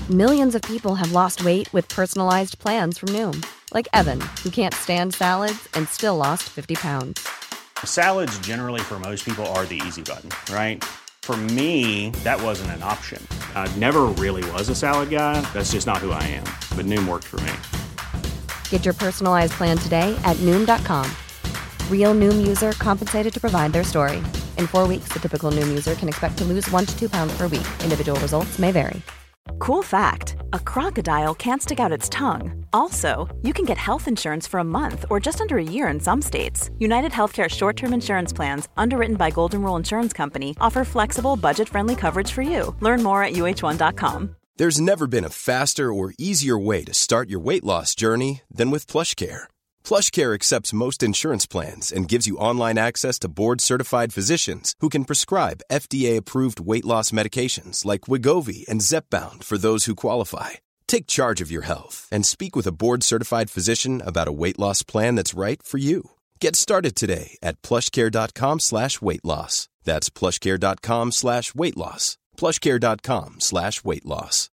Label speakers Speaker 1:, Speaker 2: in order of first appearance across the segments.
Speaker 1: Millions of people have lost weight with personalized plans from Noom. Like Evan, who can't stand salads and still lost 50 pounds.
Speaker 2: Salads generally for most people are the easy button, right? For me, that wasn't an option. I never really was a salad guy. That's just not who I am. But Noom worked for me.
Speaker 1: Get your personalized plan today at Noom.com. Real Noom user compensated to provide their story. In 4 weeks, the typical Noom user can expect to lose 1 to 2 pounds per week. Individual results may vary.
Speaker 3: Cool fact, a crocodile can't stick out its tongue. Also, you can get health insurance for a month or just under a year in some states. United Healthcare short-term insurance plans, underwritten by Golden Rule Insurance Company, offer flexible, budget-friendly coverage for you. Learn more at uh1.com.
Speaker 4: There's never been a faster or easier way to start your weight loss journey than with PlushCare. PlushCare accepts most insurance plans and gives you online access to board-certified physicians who can prescribe FDA-approved weight loss medications like Wegovy and Zepbound for those who qualify. Take charge of your health and speak with a board-certified physician about a weight loss plan that's right for you. Get started today at plushcare.com/weightloss. That's plushcare.com/weightloss. plushcare.com/weightloss.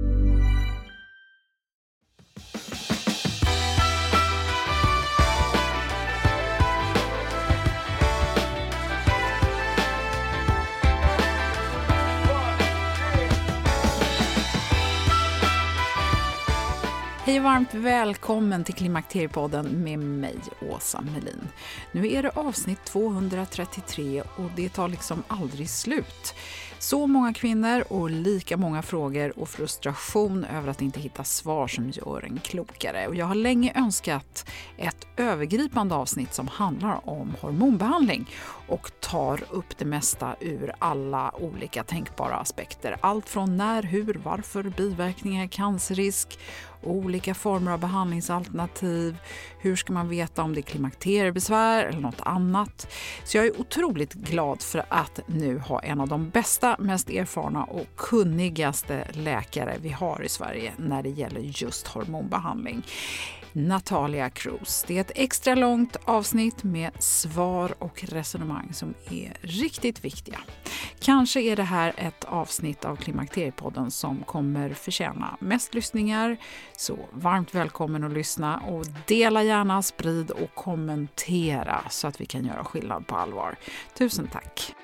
Speaker 5: Hej och varmt välkommen till Klimakteriepodden med mig, Åsa Melin. Nu är det avsnitt 233 och det tar liksom aldrig slut. Så många kvinnor och lika många frågor och frustration över att inte hitta svar som gör en klokare. Och jag har länge önskat ett övergripande avsnitt som handlar om hormonbehandling och tar upp det mesta ur alla olika tänkbara aspekter. Allt från när, hur, varför, biverkningar, cancerrisk, olika former av behandlingsalternativ, hur ska man veta om det är klimakteriebesvär eller något annat. Så jag är otroligt glad för att nu ha en av de bästa, mest erfarna och kunnigaste läkare vi har i Sverige när det gäller just hormonbehandling. Natalia Cruz. Det är ett extra långt avsnitt med svar och resonemang som är riktigt viktiga. Kanske är det här ett avsnitt av Klimakteriepodden som kommer förtjäna mest lyssningar. Så varmt välkommen att lyssna och dela gärna, sprid och kommentera så att vi kan göra skillnad på allvar. Tusen tack!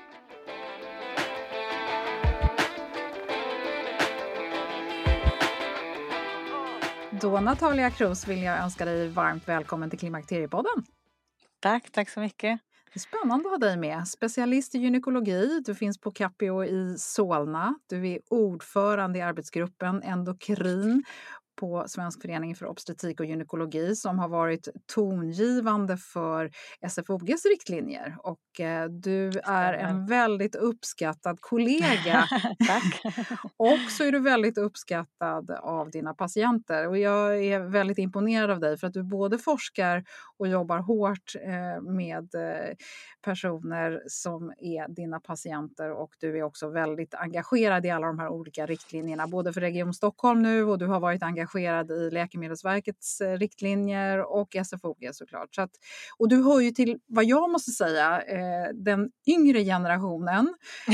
Speaker 5: Då Natalia Cruz vill jag önska dig varmt välkommen till Klimakteriepodden.
Speaker 6: Tack så mycket.
Speaker 5: Det är spännande att ha dig med. Specialist i gynekologi, du finns på Capio i Solna. Du är ordförande i arbetsgruppen endokrin på Svensk förening för obstetrik och gynekologi som har varit tongivande för SFOGs riktlinjer. Och du är en väldigt uppskattad kollega.
Speaker 6: Tack.
Speaker 5: Och så är du väldigt uppskattad av dina patienter. Och jag är väldigt imponerad av dig för att du både forskar och jobbar hårt med personer som är dina patienter. Och du är också väldigt engagerad i alla de här olika riktlinjerna. Både för Region Stockholm nu och du har varit engagerad i Läkemedelsverkets riktlinjer och SFOG såklart. Så att, och du hör ju till, vad jag måste säga, den yngre generationen.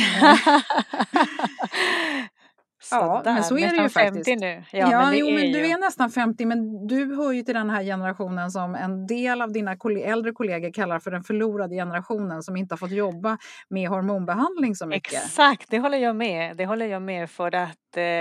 Speaker 5: Ja, men så är det ju faktiskt.
Speaker 6: 50 nu.
Speaker 5: Men du är nästan 50, men du hör ju till den här generationen som en del av dina äldre kollegor kallar för den förlorade generationen som inte har fått jobba med hormonbehandling så mycket.
Speaker 6: Exakt, det håller jag med för att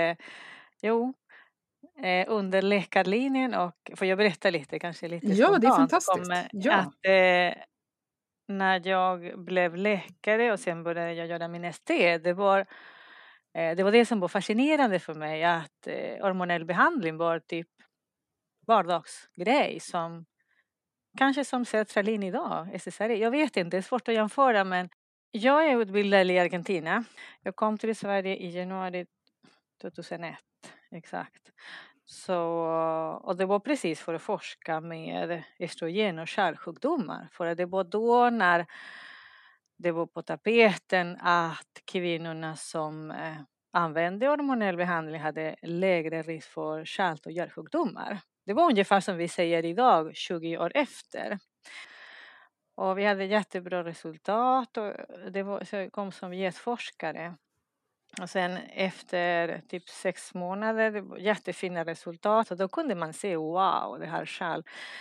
Speaker 6: under läkarlinjen och får jag berätta lite kanske
Speaker 5: Ja, det är fantastiskt.
Speaker 6: Att när jag blev läkare och sen började jag göra min ST, det var det som var fascinerande för mig, att hormonell behandling var typ vardagsgrej som kanske som sertralin idag, SSRI. Jag vet inte, det är svårt att jämföra, men jag är utbildad i Argentina. Jag kom till Sverige i januari 2001, exakt. Och det var precis för att forska med estrogen och kärlsjukdomar. För att det var då när det var på tapeten att kvinnorna som använde hormonell behandling hade lägre risk för kärl- och hjärtsjukdomar. Det var ungefär som vi säger idag, 20 år efter. Och vi hade jättebra resultat och så jag kom som gästforskare. Och sen efter typ 6 månader, det var jättefina resultat. Och då kunde man se, wow, det här själv.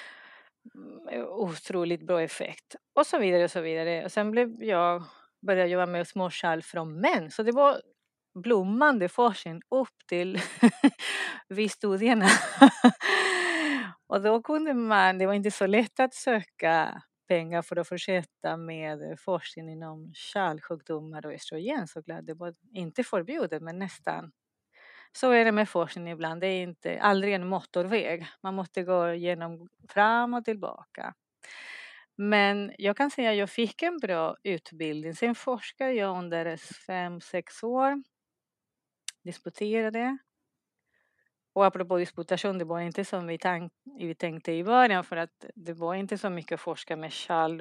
Speaker 6: Otroligt bra effekt. Och så vidare och så vidare. Och sen började jag jobba med småkärl från män. Så det var blommande forskning upp till vid studierna. Och då kunde det var inte så lätt att söka pengar för att fortsätta med forskning inom kärlsjukdomar och estrogen såklart. Det var inte förbjudet men nästan. Så är det med forskning ibland. Det är aldrig en motorväg. Man måste gå igenom fram och tillbaka. Men jag kan säga att jag fick en bra utbildning. Sen forskade jag under 5-6 år. Disputerade. Och apropå disputation, det var inte som vi tänkte i början. För att det var inte så mycket att forska med kärl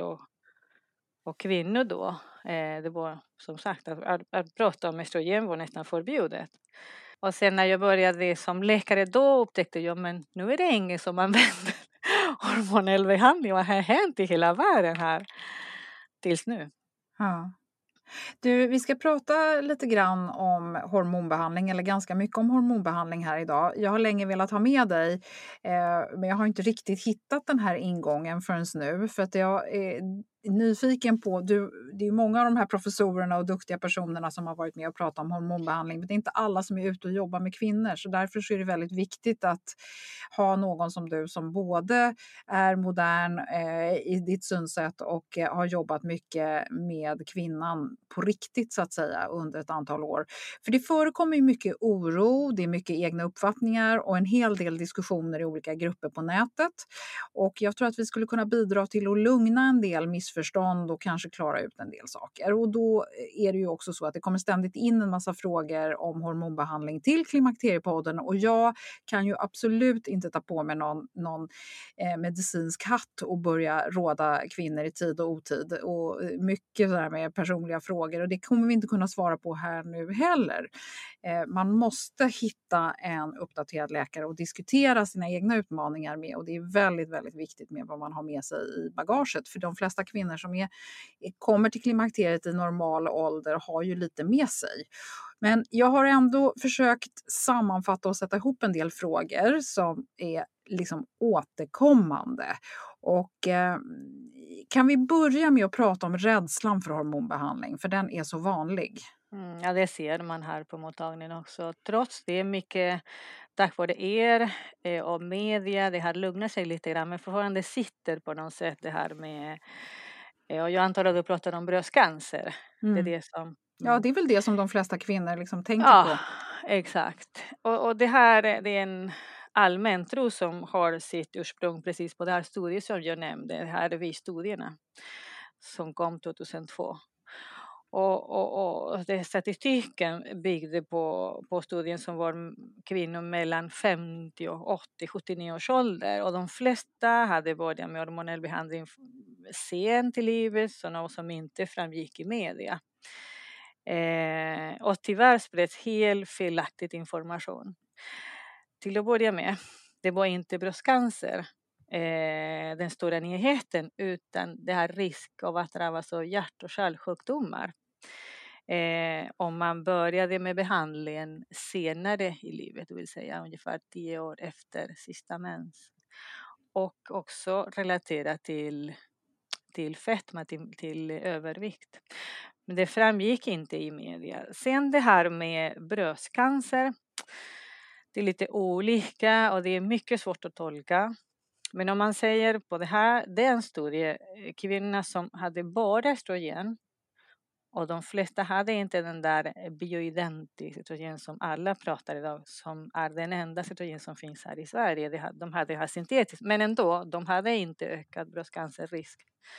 Speaker 6: och kvinnor då. Det var som sagt att prata om estrogen var nästan förbjudet. Och sen när jag började som läkare då upptäckte jag men nu är det ingen som använder hormonell behandling. Vad har hänt i hela världen här tills nu?
Speaker 5: Ja. Du, vi ska prata lite grann om hormonbehandling eller ganska mycket om hormonbehandling här idag. Jag har länge velat ha med dig men jag har inte riktigt hittat den här ingången förrän nu för att jag är nyfiken på, det är ju många av de här professorerna och duktiga personerna som har varit med och pratat om hormonbehandling men det är inte alla som är ute och jobbar med kvinnor så därför så är det väldigt viktigt att ha någon som du som både är modern i ditt synsätt och har jobbat mycket med kvinnan på riktigt så att säga under ett antal år. För det förekommer ju mycket oro, det är mycket egna uppfattningar och en hel del diskussioner i olika grupper på nätet. Och jag tror att vi skulle kunna bidra till att lugna en del missförstånd och kanske klara ut en del saker. Och då är det ju också så att det kommer ständigt in en massa frågor om hormonbehandling till Klimakteriepodden och jag kan ju absolut inte ta på mig någon medicinsk hatt och börja råda kvinnor i tid och otid och mycket sådär med personliga frågor och det kommer vi inte kunna svara på här nu heller. Man måste hitta en uppdaterad läkare och diskutera sina egna utmaningar med och det är väldigt, väldigt viktigt med vad man har med sig i bagaget för de flesta kvinnor som kommer till klimakteriet i normal ålder har ju lite med sig. Men jag har ändå försökt sammanfatta och sätta ihop en del frågor som är liksom återkommande. Och kan vi börja med att prata om rädslan för hormonbehandling? För den är så vanlig.
Speaker 6: Ja, det ser man här på mottagningen också. Trots det mycket tack vare er och media, det har lugnat sig lite grann. Men fortfarande sitter på något sätt det här med, och jag antar att du pratar om bröstcancer. Det är det som...
Speaker 5: Ja, det är väl det som de flesta kvinnor liksom tänker på.
Speaker 6: Ja, exakt. Och det här det är en allmän tro som har sitt ursprung precis på det här studien som jag nämnde. Det här är vi-studierna som kom 2002. Och det statistiken byggde på studien som var kvinnor mellan 50 och 80, 79 års ålder. Och de flesta hade börjat med hormonell behandling sent i livet, sådana som inte framgick i media. Och tyvärr spreds helt felaktig information. Till att börja med, det var inte bröstcancer den stora nyheten utan det här risk av att drabbas av hjärt- och kärlsjukdomar. Om man började med behandlingen senare i livet, det vill säga ungefär 10 år efter sista mens. Och också relaterat till fetma, till övervikt. Men det framgick inte i media. Sen det här med bröstcancer. Det är lite olika och det är mycket svårt att tolka. Men om man säger på det är en studie, kvinnorna som hade bara estrogen och de flesta hade inte den där bioidentisk estrogen som alla pratar idag, som är den enda estrogen som finns här i Sverige. De hade det här syntetiskt, men ändå, de hade inte ökad bröstcancerrisk.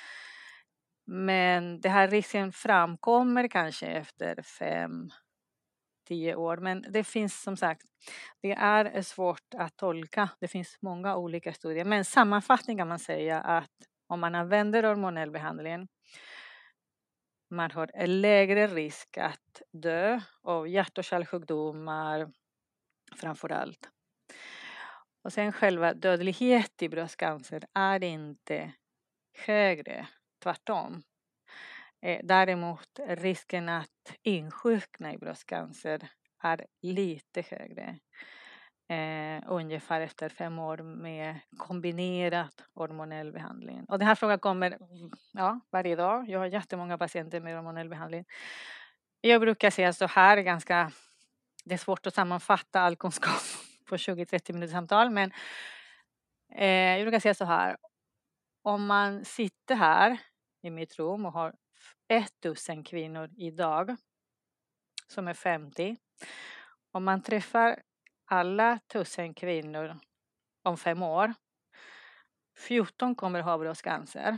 Speaker 6: Men det här risken framkommer kanske efter 5-10 år. Men det finns som sagt, det är svårt att tolka. Det finns många olika studier. Men sammanfattning kan man säga att om man använder hormonell behandling, man har en lägre risk att dö av hjärt- och kärlsjukdomar framför allt. Och sen själva dödlighet i bröstcancer är inte högre, tvärtom. Däremot risken att insjukna i bröstcancer är lite högre. Ungefär efter 5 år med kombinerat hormonell behandling. Och den här frågan kommer varje dag. Jag har jättemånga patienter med hormonell behandling. Jag brukar säga så här, det är svårt att sammanfatta all kunskap på 20-30 minuters samtal, men jag brukar säga så här. Om man sitter här i mitt rum och har 1000 kvinnor idag som är 50. Om man träffar alla 1000 kvinnor om 5 år, 14 kommer ha bröstcancer.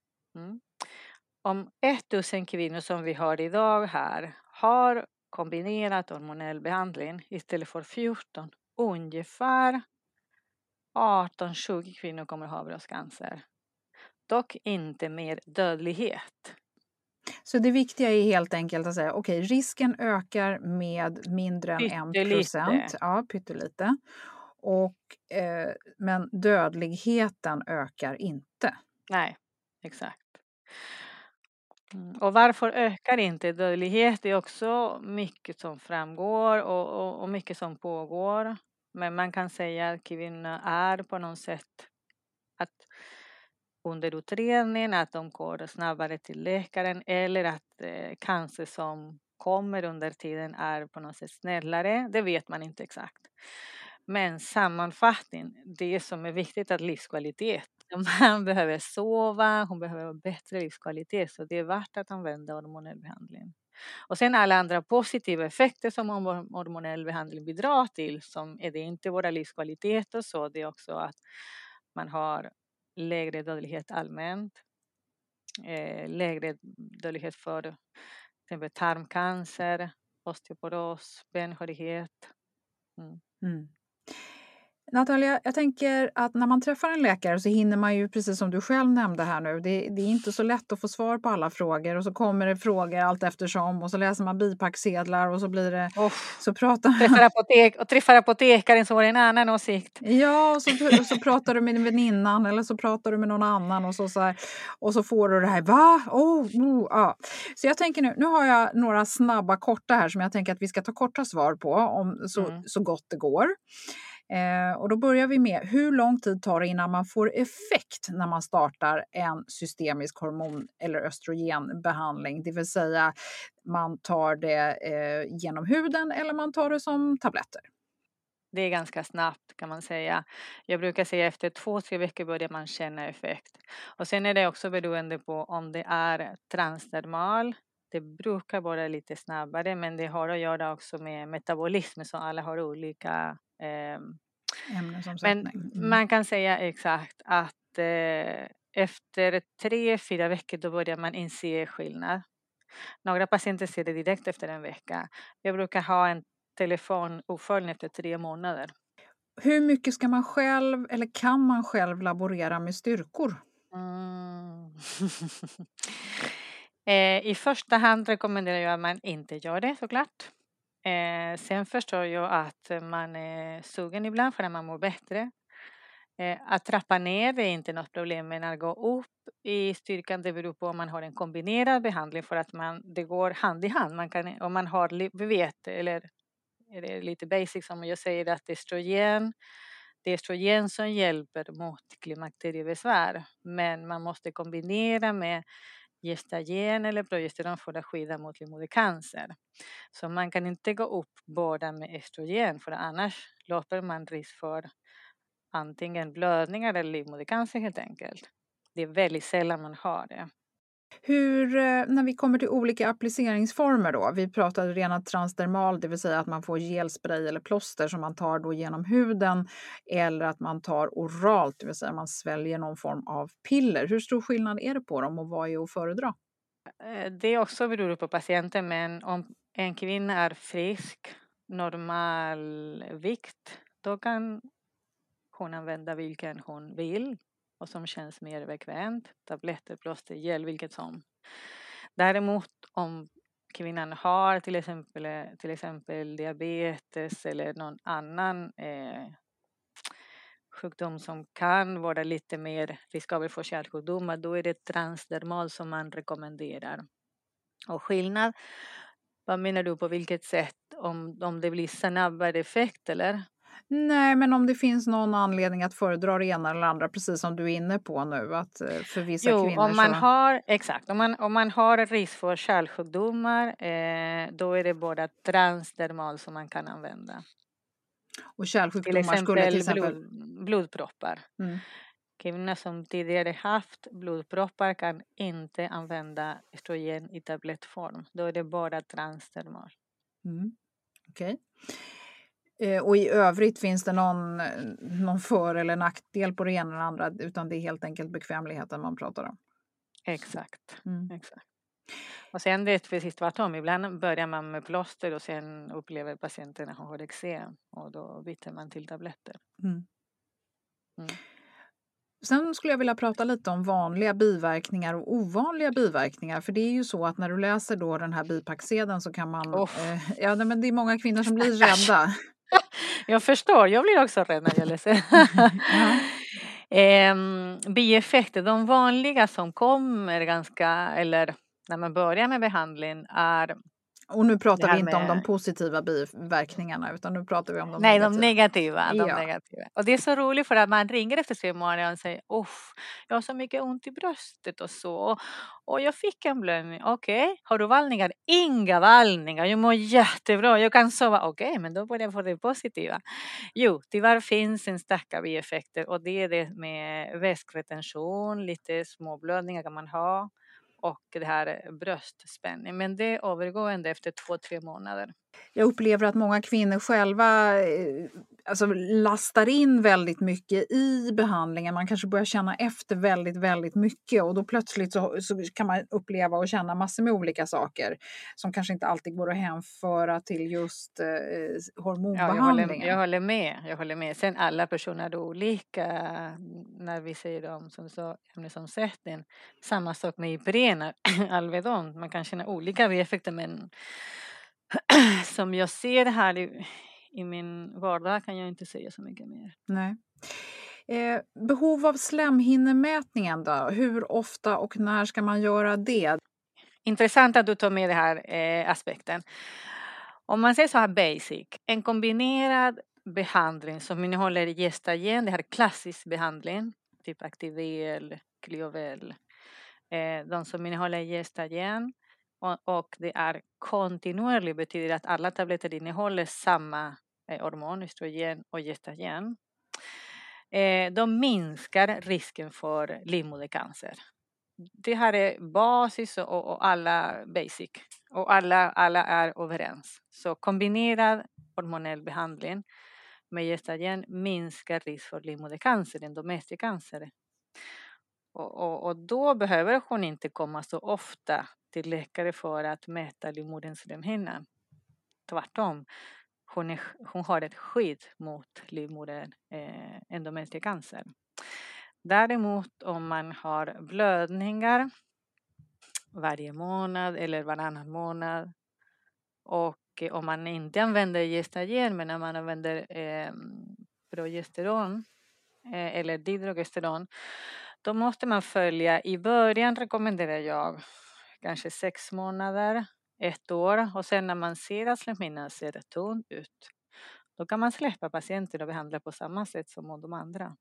Speaker 6: Om 1000 kvinnor som vi har idag här har kombinerat hormonell behandling istället för 14, ungefär 18-20 kvinnor kommer ha bröstcancer. Dock inte mer dödlighet.
Speaker 5: Så det viktiga är helt enkelt att säga, okej, risken ökar med mindre än 1%. Ja, pyttelite. Men dödligheten ökar inte.
Speaker 6: Nej, exakt. Och varför ökar inte dödlighet? Det är också mycket som framgår och mycket som pågår. Men man kan säga att kvinnor är på något sätt att under utredningen, att de går snabbare till läkaren, eller att cancer som kommer under tiden är på något sätt snällare. Det vet man inte exakt. Men sammanfattning, det som är viktigt är livskvalitet. Man behöver sova, hon behöver bättre livskvalitet, så det är värt att använda hormonell behandling. Och sen alla andra positiva effekter som hormonell behandling bidrar till, som är det inte våra livskvalitet och så, det är också att man har lägre dödlighet allmänt, lägre dödlighet för till exempel tarmcancer, osteoporos, benskörhet.
Speaker 5: Natalia, jag tänker att när man träffar en läkare så hinner man ju, precis som du själv nämnde här nu, det är inte så lätt att få svar på alla frågor, och så kommer det frågor allt eftersom, och så läser man bipacksedlar och så blir det... så
Speaker 6: träffar apotekaren, så var det en annan åsikt.
Speaker 5: Ja, och så pratar du med en väninnan eller så pratar du med någon annan och så får du det här, va? Ja. Så jag tänker nu har jag några snabba korta här som jag tänker att vi ska ta korta svar på så gott det går. Och då börjar vi med, hur lång tid tar det innan man får effekt när man startar en systemisk hormon- eller östrogenbehandling? Det vill säga, man tar det genom huden eller man tar det som tabletter.
Speaker 6: Det är ganska snabbt kan man säga. Jag brukar säga efter 2-3 veckor börjar man känna effekt. Och sen är det också beroende på om det är transdermal. Det brukar vara lite snabbare, men det har att göra också med metabolism, så alla har olika
Speaker 5: ämnesomsättning.
Speaker 6: Men man kan säga exakt att efter 3-4 veckor då börjar man inse skillnad. Några patienter ser det direkt efter en vecka. Jag brukar ha en telefonuppföljning efter 3 månader.
Speaker 5: Hur mycket ska man själv, eller kan man själv laborera med styrkor?
Speaker 6: I första hand rekommenderar jag att man inte gör det, såklart. Sen förstår jag att man är sugen ibland för att man mår bättre. Att trappa ner är inte något problem, men att gå upp i styrkan, det beror på om man har en kombinerad behandling, för att det går hand i hand. Om man har, vi vet, eller är det lite basic som jag säger, att det är estrogen som hjälper mot klimakteriebesvär, men man måste kombinera med gestagen eller progesteron för att skydda mot livmodercancer. Så man kan inte gå upp bara med estrogen, för annars löper man risk för antingen blödningar eller livmodercancer helt enkelt. Det är väldigt sällan man har det.
Speaker 5: När vi kommer till olika appliceringsformer då, vi pratade rena transdermal, det vill säga att man får gelspray eller plåster som man tar då genom huden, eller att man tar oralt, det vill säga man sväljer någon form av piller. Hur stor skillnad är det på dem och vad är att föredra?
Speaker 6: Det också beror på patienten, men om en kvinna är frisk, normal vikt, då kan hon använda vilken hon vill och som känns mer bekvämt. Tabletter, plåster, gel, vilket som. Däremot om kvinnan har till exempel diabetes eller någon annan sjukdom som kan vara lite mer riskabel för kärlsjukdomar, då är det transdermal som man rekommenderar. Och skillnad, vad menar du, på vilket sätt? Om det blir snabbare effekt eller?
Speaker 5: Nej, men om det finns någon anledning att föredra det ena eller andra, precis som du är inne på nu, att för vissa
Speaker 6: Jo,
Speaker 5: kvinnor
Speaker 6: om man
Speaker 5: så...
Speaker 6: har, exakt, om man har risk för kärlsjukdomar, då är det bara transdermal som man kan använda.
Speaker 5: Och
Speaker 6: Till
Speaker 5: kärlsjukdomar skulle till
Speaker 6: exempel
Speaker 5: exempel...
Speaker 6: blodproppar.
Speaker 5: Mm.
Speaker 6: Kvinnor som tidigare haft blodproppar kan inte använda östrogen i tablettform. Då är det bara transdermal.
Speaker 5: Okej. Och i övrigt finns det någon för- eller nackdel på det ena eller andra, utan det är helt enkelt bekvämligheten man pratar om.
Speaker 6: Exakt.
Speaker 5: Mm.
Speaker 6: Exakt. Och sen det är precis tvärtom. Ibland börjar man med plåster och sen upplever patienten att hon har eksem och då byter man till tabletter.
Speaker 5: Mm.
Speaker 6: Mm.
Speaker 5: Sen skulle jag vilja prata lite om vanliga biverkningar och ovanliga biverkningar. För det är ju så att när du läser då den här bipacksedeln så kan man... men det är många kvinnor som blir rädda.
Speaker 6: Jag förstår, jag blir också rädd när jag läser. Bieffekter, de vanliga som kommer eller när man börjar med behandling är...
Speaker 5: Och nu pratar vi inte om
Speaker 6: med...
Speaker 5: de positiva biverkningarna, utan nu pratar vi om de
Speaker 6: negativa.
Speaker 5: Nej, de
Speaker 6: negativa. Och det är så roligt för att man ringer efter 3 månader och säger jag har så mycket ont i bröstet och så. Och jag fick en blödning. Okej, har du vallningar? Inga vallningar, jag mår jättebra, jag kan sova. Okej, men då börjar jag få det positiva. Jo, tyvärr finns en starka bieffekter och det är det med väskretention, lite småblödningar kan man ha. Och det här bröstspänning. Men det är övergående efter 2-3 månader.
Speaker 5: Jag upplever att många kvinnor själva lastar in väldigt mycket i behandlingen. Man kanske börjar känna efter väldigt, väldigt mycket. Och då plötsligt så kan man uppleva och känna massor med olika saker. Som kanske inte alltid går att hemföra till just hormonbehandlingen.
Speaker 6: Ja, jag håller med. Sen alla personer är olika när vi säger dem som ämnesomsättning. Samma sak med Ipren, Alvedon. Man kan känna olika bieffekter, men som jag ser här i min vardag kan jag inte säga så mycket mer.
Speaker 5: Nej. Behov av slemhinnemätningen då? Hur ofta och när ska man göra det?
Speaker 6: Intressant att du tar med den här aspekten. Om man säger så här basic, en kombinerad behandling som innehåller gestagen, det här är klassisk behandling, typ Activel, Cliovel, de som innehåller gestagen och det är kontinuerligt, betyder att alla tabletter innehåller samma hormon, östrogen och gestagen. De minskar risken för livmodercancer. Det här är basis och alla basic. Och alla är överens. Så kombinerad hormonell behandling med gestagen minskar risk för livmodercancer, endometriecancer. Och då behöver hon inte komma så ofta till läkare för att mäta livmoderns slemhinna. Tvärtom. Hon har ett skydd mot livmoder endometriecancer. Däremot om man har blödningar varje månad eller varannan månad och om man inte använder gestagen men när man använder progesteron eller dihydrogesterone, då måste man följa. I början rekommenderar jag kanske 6 månader, 1 år och sen när man ser att slemhinnan ser tunn ut, då kan man släppa patienten och behandla på samma sätt som de andra.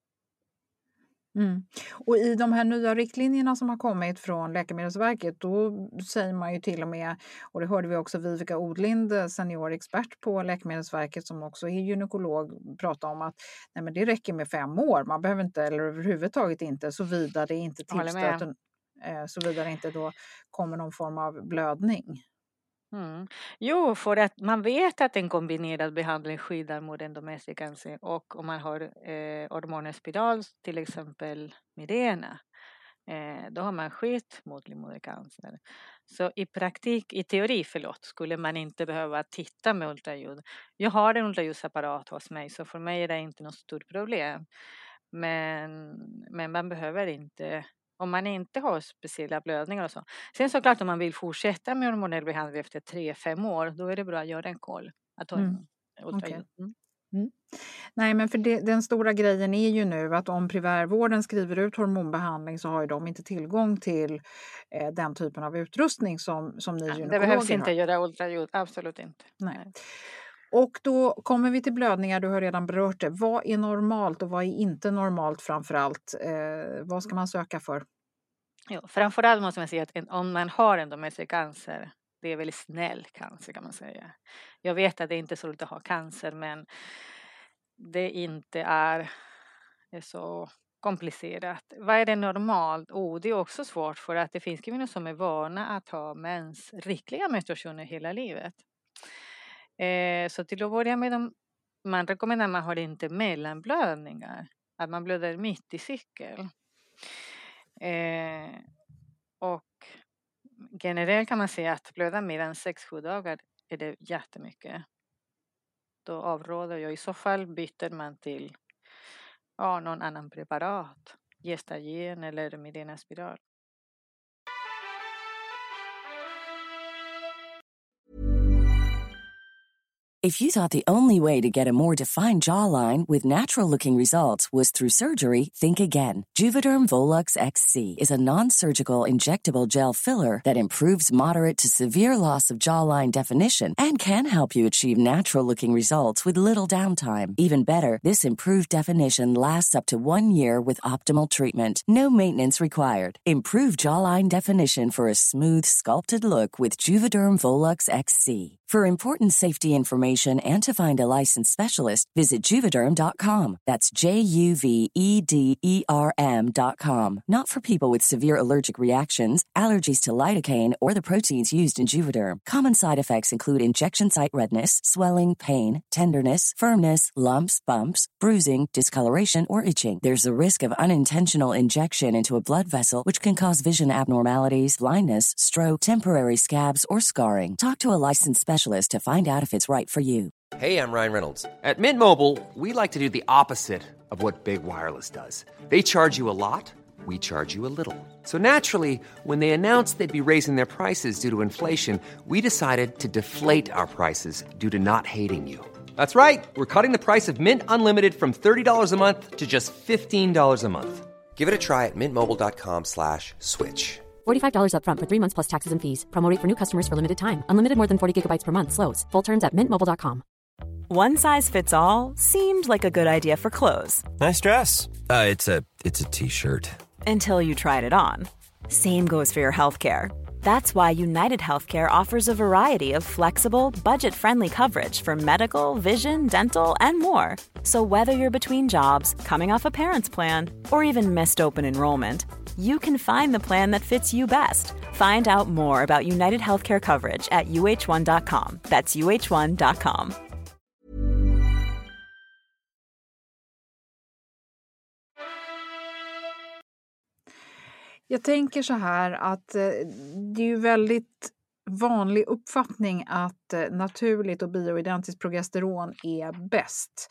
Speaker 5: Mm. Och i de här nya riktlinjerna som har kommit från Läkemedelsverket, då säger man ju till och med, och det hörde vi också Vivica Odlind, seniorexpert på Läkemedelsverket som också är gynekolog, prata om att nej, men det räcker med 5 år, man behöver inte, eller överhuvudtaget inte, såvida det inte tillstöter, såvida det inte då kommer någon form av blödning.
Speaker 6: Mm. Jo, för att man vet att en kombinerad behandling skyddar mot endometriecancer och om man har hormonspiral, till exempel Mirena, då har man skydd mot livmodercancer. Så i teori skulle man inte behöva titta med ultraljud. Jag har en ultraljudsapparat hos mig så för mig är det inte något stort problem. Men man behöver inte, om man inte har speciella blödningar och så. Sen såklart om man vill fortsätta med hormonell behandling efter 3-5 år, då är det bra att göra en koll. Att ta en ultraljud.
Speaker 5: Okay. Mm. Nej, men för den stora grejen är ju nu att om primärvården skriver ut hormonbehandling så har ju de inte tillgång till den typen av utrustning som ni
Speaker 6: Det
Speaker 5: gynekologer
Speaker 6: behövs
Speaker 5: har.
Speaker 6: inte göra ultraljud, absolut inte.
Speaker 5: Nej. Och då kommer vi till blödningar, du har redan berört det. Vad är normalt och vad är inte normalt framför allt? Vad ska man söka för?
Speaker 6: Jo, framförallt måste man säga att om man har endometriecancer, det är väldigt snäll cancer kan man säga. Jag vet att det inte är så roligt att ha cancer, men det inte är så komplicerat. Vad är det normalt? Det är också svårt för att det finns kvinnor som är vana att ha rikliga menstruationer hela livet. Så till att börja med, man rekommenderar att man har inte mellanblödningar, att man blöder mitt i cykel. Och generellt kan man säga att blöda mer än 6-7 dagar är det jättemycket. Då avråder jag, i så fall byter man till någon annan preparat, gestagen eller Mirena spiral.
Speaker 7: If you thought the only way to get a more defined jawline with natural-looking results was through surgery, think again. Juvederm Volux XC is a non-surgical injectable gel filler that improves moderate to severe loss of jawline definition and can help you achieve natural-looking results with little downtime. Even better, this improved definition lasts up to 1 year with optimal treatment. No maintenance required. Improve jawline definition for a smooth, sculpted look with Juvederm Volux XC. For important safety information and to find a licensed specialist, visit Juvederm.com. That's JUVEDERM.com. Not for people with severe allergic reactions, allergies to lidocaine, or the proteins used in Juvederm. Common side effects include injection site redness, swelling, pain, tenderness, firmness, lumps, bumps, bruising, discoloration, or itching. There's a risk of unintentional injection into a blood vessel, which can cause vision abnormalities, blindness, stroke, temporary scabs, or scarring. Talk to a licensed specialist to find out if it's right for you.
Speaker 8: Hey, I'm Ryan Reynolds. At Mint Mobile, we like to do the opposite of what Big Wireless does. They charge you a lot, we charge you a little. So naturally, when they announced they'd be raising their prices due to inflation, we decided to deflate our prices due to not hating you. That's right. We're cutting the price of Mint Unlimited from $30 a month to just $15 a month. Give it a try at mintmobile.com/switch.
Speaker 9: $45 up front for 3 months plus taxes and fees. Promo rate for new customers for limited time. Unlimited more than 40 gigabytes per month. Slows full terms at mintmobile.com.
Speaker 3: One size fits all seemed like a good idea for clothes.
Speaker 10: Nice dress. It's a t-shirt.
Speaker 3: Until you tried it on. Same goes for your healthcare. That's why United Healthcare offers a variety of flexible, budget-friendly coverage for medical, vision, dental, and more. So whether you're between jobs, coming off a parent's plan, or even missed open enrollment, you can find the plan that fits you best. Find out more about United Healthcare coverage at uh1.com. That's uh1.com.
Speaker 5: Jag tänker så här att det är ju väldigt vanlig uppfattning att naturligt och bioidentiskt progesteron är bäst.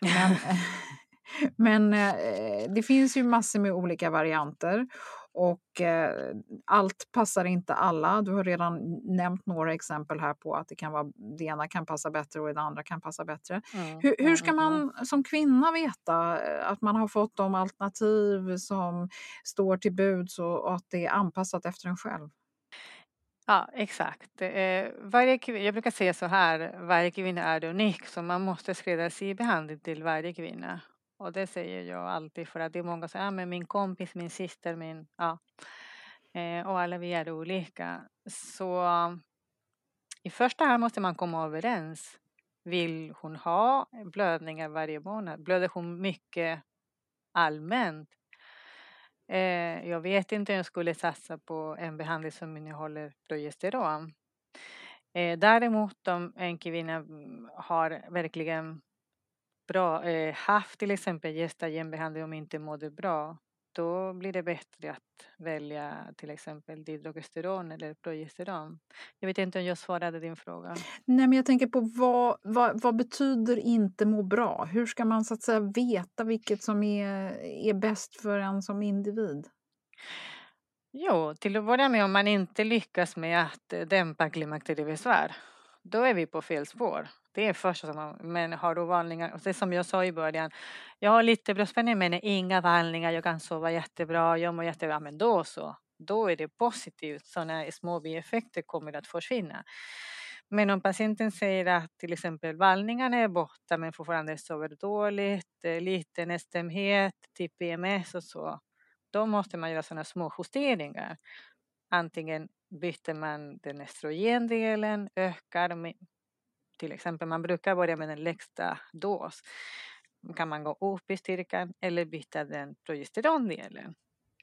Speaker 5: Men det finns ju massor med olika varianter och allt passar inte alla. Du har redan nämnt några exempel här på att det ena kan passa bättre och det andra kan passa bättre. Hur ska man som kvinna veta att man har fått de alternativ som står till buds och att det är anpassat efter en själv?
Speaker 6: Ja, exakt. Jag brukar säga så här, varje kvinna är unik, så man måste skräddarsy behandling till varje kvinna. Och det säger jag alltid, för att det är många som säger, men min kompis, min syster, och alla vi är olika. Så i första hand måste man komma överens. Vill hon ha blödningar varje månad? Blöder hon mycket allmänt? Jag vet inte om jag skulle satsa på en behandling som innehåller progesteron. Däremot om en kvinna har verkligen haft till exempel gestagenbehandling och inte mådde bra, då blir det bättre att välja till exempel dihydrogesterone eller progesteron. Jag vet inte om jag svarade din fråga.
Speaker 5: Nej, men jag tänker på vad betyder inte må bra? Hur ska man så att säga veta vilket som är bäst för en som individ?
Speaker 6: Jo, till att börja med, om man inte lyckas med att dämpa klimakteriebesvär, då är vi på fel spår. Det är första som men har du vallningar, och det som jag sa i början, jag har lite bröstspänning men inga vallningar, jag kan sova jättebra, jag mår jättebra, men då så. Då är det positivt, sådana små bieffekter kommer att försvinna. Men om patienten säger att till exempel vallningarna är borta men fortfarande sover dåligt, lite nedstämdhet, typ PMS och så, då måste man göra sådana små justeringar. Antingen byter man den estrogendelen, ökar, till exempel man brukar börja med den lägsta dos. Kan man gå upp i styrkan eller byta den progesterondelen.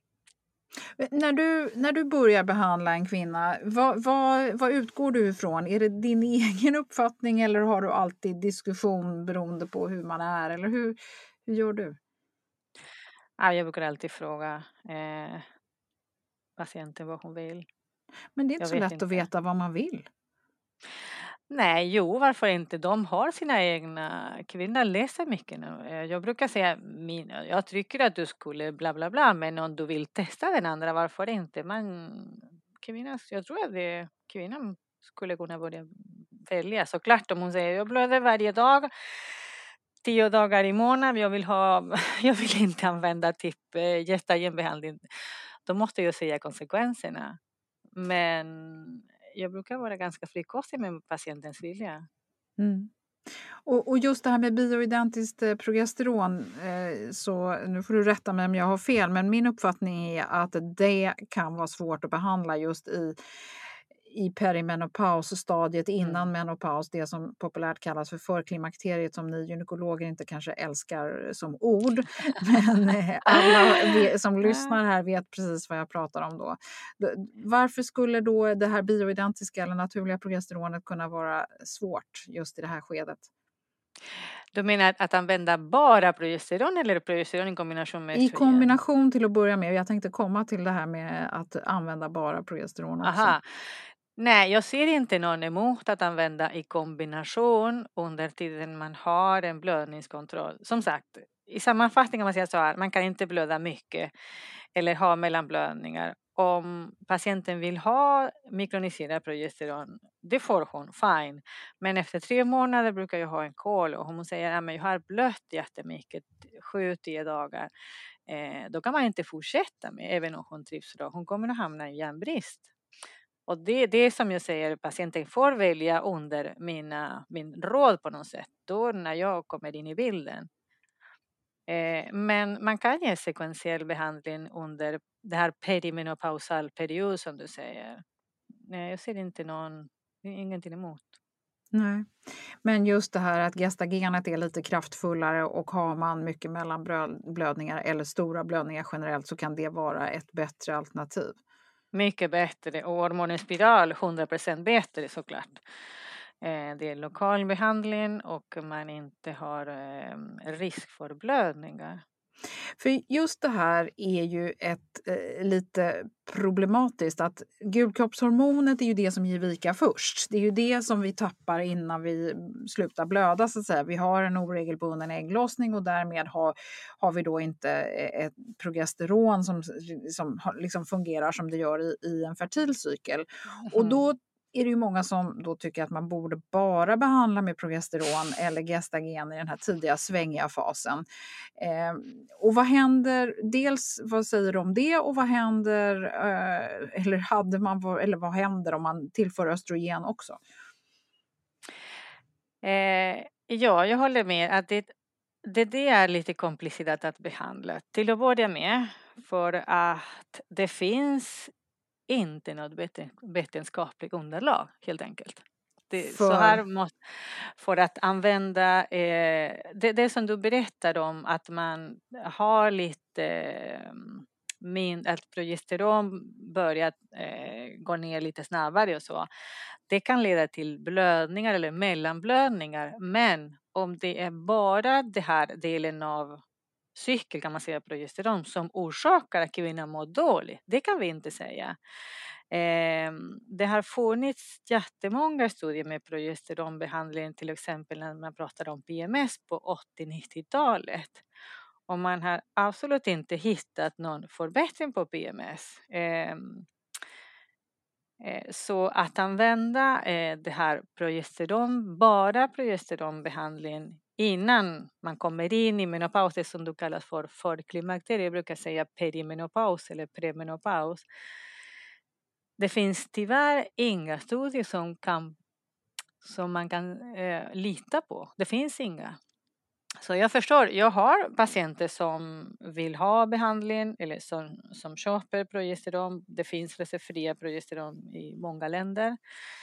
Speaker 5: När du börjar behandla en kvinna, vad utgår du ifrån? Är det din egen uppfattning eller har du alltid diskussion beroende på hur man är? Eller hur gör du?
Speaker 6: Ja, jag brukar alltid fråga patienten vad hon vill.
Speaker 5: Men det är inte så lätt
Speaker 6: inte.
Speaker 5: att veta vad man vill.
Speaker 6: Nej, varför inte? De har sina egna, kvinnor läser mycket nu. Jag brukar säga, jag tycker att du skulle bla bla bla, men om du vill testa den andra, varför inte? Jag tror att kvinnan skulle kunna börja välja. Såklart om hon säger, jag blöder varje dag, 10 dagar i månaden, jag vill inte använda typ gestagenbehandling. Då måste jag säga konsekvenserna. Men jag brukar vara ganska frikostig med patientens vilja.
Speaker 5: Mm. Och just det här med bioidentiskt progesteron, så nu får du rätta mig om jag har fel, men min uppfattning är att det kan vara svårt att behandla just i perimenopausstadiet innan menopaus, det som populärt kallas för förklimakteriet, som ni gynekologer inte kanske älskar som ord. Men alla som lyssnar här vet precis vad jag pratar om då. Varför skulle då det här bioidentiska eller naturliga progesteronet kunna vara svårt just i det här skedet?
Speaker 6: Du menar att använda bara progesteron eller progesteron i kombination med
Speaker 5: östrogen? I kombination till att börja med. Jag tänkte komma till det här med att använda bara progesteron också.
Speaker 6: Aha. Nej, jag ser inte någon emot att använda i kombination under tiden man har en blödningskontroll. Som sagt, i sammanfattning kan man säga så här, man kan inte blöda mycket eller ha mellanblödningar. Om patienten vill ha mikroniserad progesteron, det får hon, fine. Men efter 3 månader brukar jag ha en call och om hon säger att jag har blött jättemycket, 7-10 dagar, då kan man inte fortsätta med, även om hon trivs bra. Hon kommer att hamna i järnbrist. Och det är som jag säger, patienten får välja under min råd på något sätt, då när jag kommer in i bilden. Men man kan ge sekventiell behandling under det här perimenopausal period som du säger. Nej, jag ser ingenting emot.
Speaker 5: Nej, men just det här att gestagenet är lite kraftfullare och har man mycket mellanblödningar eller stora blödningar generellt så kan det vara ett bättre alternativ.
Speaker 6: Mycket bättre, och hormonspiral 100% bättre såklart. Det är lokal behandling och man inte har risk för blödningar.
Speaker 5: För just det här är ju lite problematiskt, att gulkroppshormonet är ju det som ger vika först. Det är ju det som vi tappar innan vi slutar blöda så att säga. Vi har en oregelbunden ägglossning och därmed har vi då inte ett progesteron som liksom fungerar som det gör i en fertil cykel. Och då är det ju många som då tycker att man borde bara behandla med progesteron eller gestagen i den här tidiga svängiga fasen. Och vad händer, dels vad säger du om det och vad händer eller vad händer om man tillför östrogen också?
Speaker 6: Ja, jag håller med att det är lite komplicerat att behandla. Till att börja med, för att det finns inte något vetenskapligt underlag helt enkelt. För att använda det som du berättade om, att man har lite att progesteron börjar gå ner lite snabbare och så. Det kan leda till blödningar eller mellanblödningar, men om det är bara det här delen av cykel kan man säga progesteron som orsakar att kvinnan mår dåligt. Det kan vi inte säga. Det har funnits jättemånga studier med progesteronbehandling, till exempel när man pratar om PMS på 80-90-talet. Och man har absolut inte hittat någon förbättring på PMS. Så att använda det här bara progesteronbehandling innan man kommer in i menopaus, det som du kallar för förklimakterie. Jag brukar säga perimenopaus eller premenopaus. Det finns tyvärr inga studier som man kan lita på. Det finns inga. Så jag förstår, jag har patienter som vill ha behandling eller som köper progesteron. Det finns receptfria progesteron i många länder.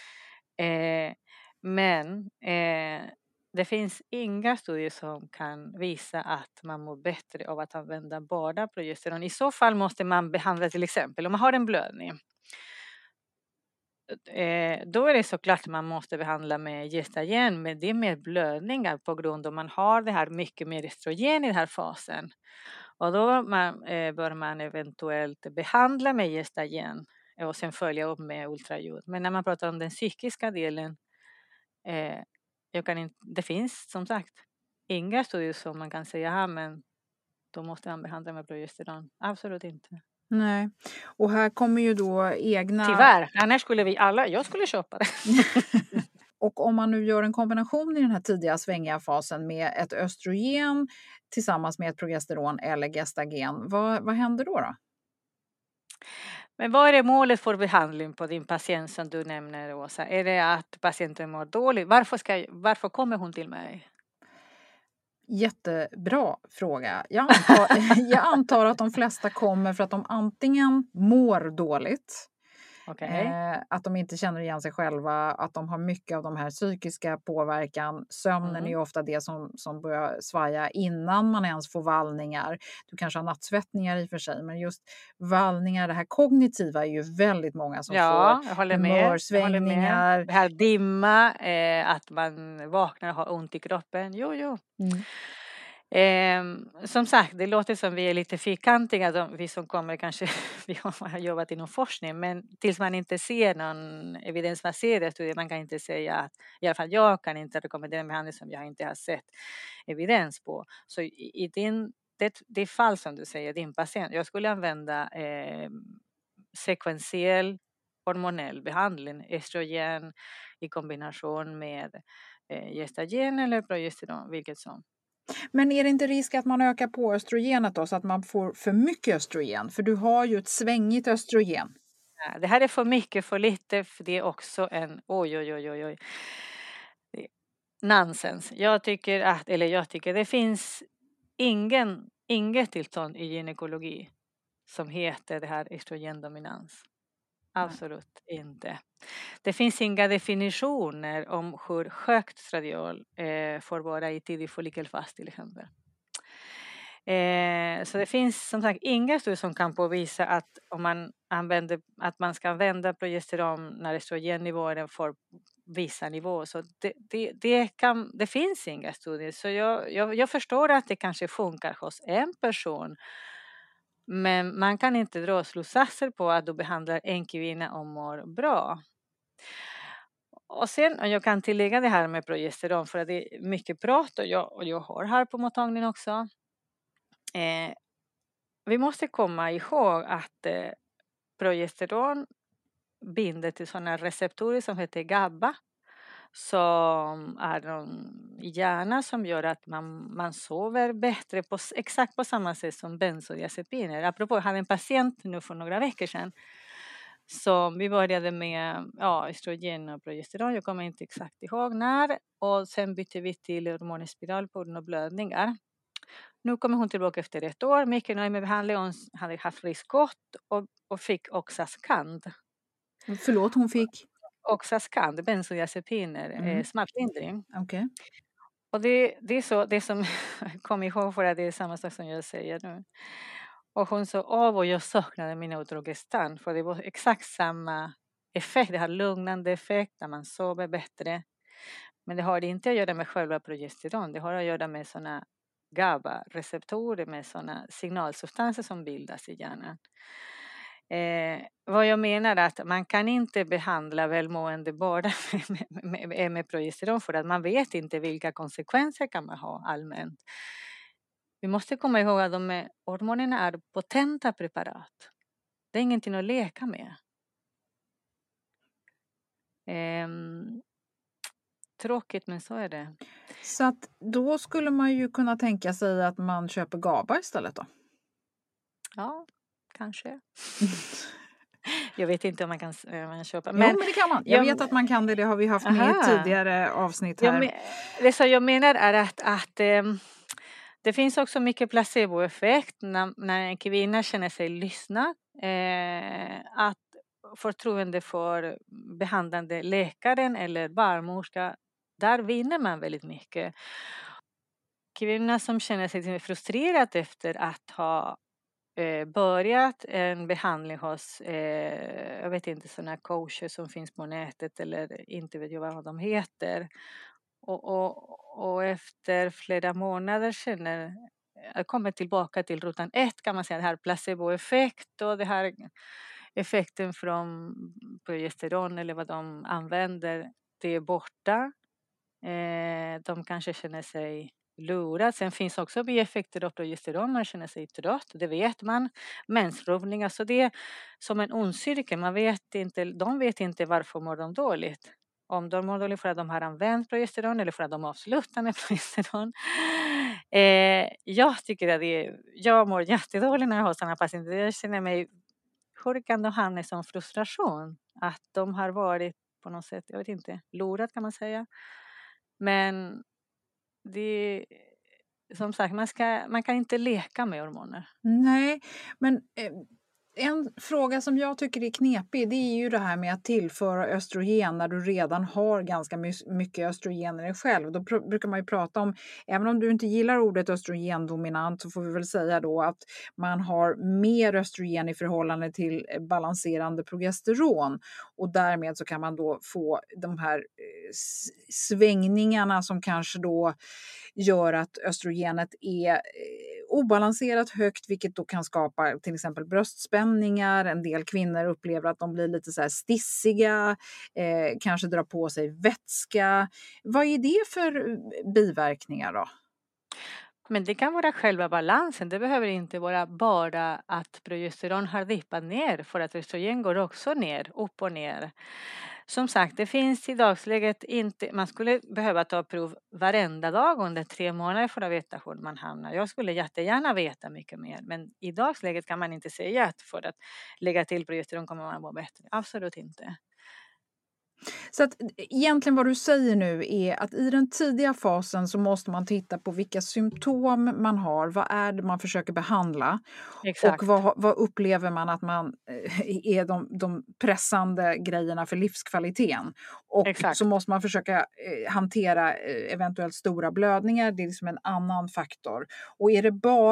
Speaker 6: Men det finns inga studier som kan visa att man mår bättre av att använda bara progesteron. I så fall måste man behandla till exempel om man har en blödning. Då är det såklart man måste behandla med gestagen, men det är mer blödningar på grund av att man har det här mycket mer estrogen i den här fasen. Och då bör man eventuellt behandla med gestagen och sen följa upp med ultraljud. Men när man pratar om den psykiska delen, det finns som sagt inga studier som man kan säga, men då måste man behandla med progesteron. Absolut inte.
Speaker 5: Nej, och här kommer ju då egna...
Speaker 6: Tyvärr, annars skulle jag skulle köpa det.
Speaker 5: Och om man nu gör en kombination i den här tidiga svängiga fasen med ett östrogen tillsammans med ett progesteron eller gestagen, vad händer då?
Speaker 6: Men vad är det målet för behandling på din patient som du nämner, Åsa? Är det att patienten mår dåligt? Varför kommer hon till mig?
Speaker 5: Jättebra fråga. Jag antar att de flesta kommer för att de antingen mår dåligt, att de inte känner igen sig själva, att de har mycket av de här psykiska påverkan. Sömnen är ju ofta det som börjar svaja innan man ens får vallningar. Du kanske har nattsvettningar i och för sig, men just vallningar, det här kognitiva är ju väldigt många som får humörsvängningar.
Speaker 6: Det här dimma, att man vaknar och har ont i kroppen. Jo. Som sagt, det låter som vi är lite fyrkantiga, vi som kommer kanske, vi har jobbat inom forskning, men tills man inte ser någon evidensbaserad studie, man kan inte säga att, i alla fall jag kan inte rekommendera en behandling som jag inte har sett evidens på. Så i det fall som du säger, din patient, jag skulle använda sekventiell hormonell behandling, estrogen i kombination med gestagen eller progesteron, vilket som.
Speaker 5: Men är det inte risk att man ökar på östrogenet då, så att man får för mycket östrogen? För du har ju ett svängigt östrogen.
Speaker 6: Ja, det här är för mycket, för lite, för det är också en oj. Nonsens. Jag tycker det finns inget tillstånd i gynekologi som heter det här estrogendominans. Absolut inte. Det finns inga definitioner om hur högt estradiol får vara i tidig follikelfas till exempel. Så det finns som sagt inga studier som kan påvisa att att man ska använda progesteron när estrogennivån får vissa nivåer. Så det finns inga studier. Så jag förstår att det kanske funkar hos en person. Men man kan inte dra slutsatser på att du behandlar en kvinna och mår bra. Och sen, jag kan tillägga det här med progesteron, för att det är mycket prat och jag har här på mottagningen också. Vi måste komma ihåg att progesteron binder till sådana receptorer som heter GABA, som är i hjärnan som gör att man sover bättre exakt på samma sätt som bensodiazepiner. Apropå, jag hade en patient nu för några veckor sedan som vi började med östrogen och progesteron, jag kommer inte exakt ihåg när, och sen bytte vi till hormonspiral på grund av blödningar. Nu kommer hon tillbaka efter 1 år, mycket nöjd med behandling. Hon hade haft friskott och fick Oxascand.
Speaker 5: Förlåt, hon fick?
Speaker 6: Oxascand, bensodiazepiner, smärtlindring.
Speaker 5: Okay.
Speaker 6: Och det är så, det som kom ihåg, för att det är samma sak som jag säger nu. Och hon sa, och jag saknade min Neutrogestan, för det var exakt samma effekt, det har lugnande effekt när man sover bättre. Men det har inte att göra med själva progesteron, det har att göra med sådana GABA-receptorer, med sådana signalsubstanser som bildas i hjärnan. Vad jag menar är att man kan inte behandla välmående bara med progesteron, för att man vet inte vilka konsekvenser kan man ha allmänt. Vi måste komma ihåg att hormonerna är potenta preparat. Det är ingenting att leka med. Tråkigt, men så är det.
Speaker 5: Så att då skulle man ju kunna tänka sig att man köper GABA istället då?
Speaker 6: Ja, kanske. Jag vet inte om man kan köpa.
Speaker 5: Men det kan man. Jag vet att man kan det. Det har vi haft med i tidigare avsnitt här.
Speaker 6: Det jag menar är att det finns också mycket placeboeffekt när en kvinna känner sig lyssnad. Att förtroende för behandlande läkaren eller barnmorska, där vinner man väldigt mycket. Kvinnor som känner sig frustrerad efter att ha börjat en behandling hos, jag vet inte, sådana coacher som finns på nätet eller inte vet jag vad de heter. Och efter flera månader kommer tillbaka till rutan 1 kan man säga, det här placeboeffekt och det här effekten från progesteron eller vad de använder, det är borta. De kanske känner sig lurad. Sen finns också bieffekter av progesteron. Man känner sig trött, det vet man. Mensrubbningar, så det är som en ond cirkel. De vet inte varför mår de dåligt. Om de mår dåligt för att de har använt progesteron eller för att de avslutar med progesteron. Jag tycker att jag mår jättedåligt när jag har sådana patienter. Jag känner mig, hur kan de hamna i sån frustration? Att de har varit på något sätt, jag vet inte, lurat kan man säga. Men det, som sagt, man kan inte leka med hormoner.
Speaker 5: Nej, men en fråga som jag tycker är knepig, det är ju det här med att tillföra östrogen när du redan har ganska mycket östrogen i dig själv. Då brukar man ju prata om, även om du inte gillar ordet östrogendominant, så får vi väl säga då att man har mer östrogen i förhållande till balanserande progesteron. Och därmed så kan man då få de här svängningarna som kanske då gör att östrogenet är obalanserat högt, vilket då kan skapa till exempel bröstspänningar. En del kvinnor upplever att de blir lite så här stissiga, kanske drar på sig vätska. Vad är det för biverkningar då?
Speaker 6: Men det kan vara själva balansen. Det behöver inte vara bara att progesteron har dippat ner, för att östrogen går också ner, upp och ner. Som sagt, det finns i dagsläget inte, man skulle behöva ta prov varenda dag under 3 månader för att veta hur man hamnar. Jag skulle jättegärna veta mycket mer, men i dagsläget kan man inte säga att för att lägga till progesteron kommer man må bättre. Absolut inte.
Speaker 5: Så att egentligen vad du säger nu är att i den tidiga fasen så måste man titta på vilka symptom man har. Vad är det man försöker behandla?
Speaker 6: Exakt.
Speaker 5: Och vad upplever man att man är de pressande grejerna för livskvaliteten? Och
Speaker 6: Exakt.
Speaker 5: så måste man försöka hantera eventuellt stora blödningar. Det är liksom en annan faktor. Och är det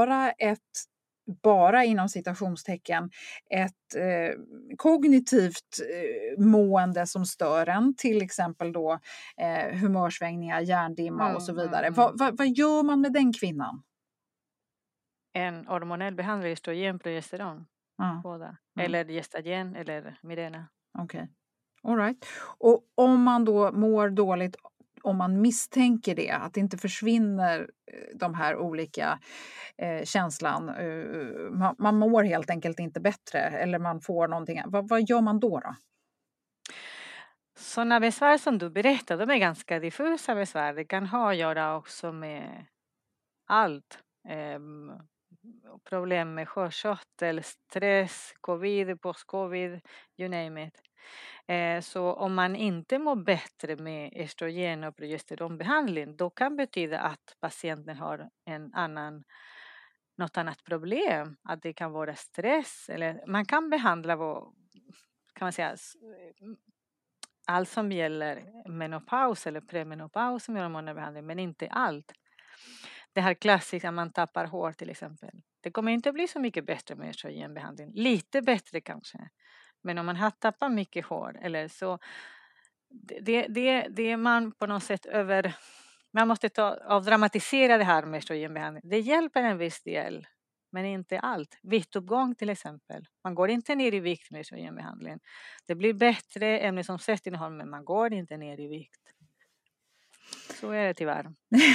Speaker 5: bara inom citationstecken ett kognitivt mående som stör en, till exempel då humörsvängningar, hjärndimma och så vidare. Vad gör man med den kvinnan?
Speaker 6: En hormonell behandling, östrogen, progesteron. Båda. Eller gestagen eller Mirena.
Speaker 5: Okej. All right. Och om man då mår dåligt, om man misstänker det, att det inte försvinner de här olika känslan, man mår helt enkelt inte bättre eller man får någonting, vad gör man då?
Speaker 6: Sådana besvär som du berättade, de är ganska diffusa besvär. Det kan ha att göra också med allt. Problem med sköldkörtel, stress, covid, post-covid, you name it. Så om man inte mår bättre med östrogen och progesteronbehandling, då kan betyda att patienten har något annat problem. Att det kan vara stress, eller man kan behandla kan man säga, allt som gäller menopaus eller premenopaus med hormonbehandling, men inte allt. Det här klassiska, man tappar hår till exempel. Det kommer inte bli så mycket bättre med östrogenbehandling. Lite bättre kanske. Men om man har tappat mycket hår eller så, det är man på något sätt man måste avdramatisera det här med östrogenbehandling. Det hjälper en viss del, men inte allt. Viktuppgång till exempel. Man går inte ner i vikt med östrogenbehandling. Det blir bättre ämnesomsättningsinnehåll, men man går inte ner i vikt. Så är det tyvärr.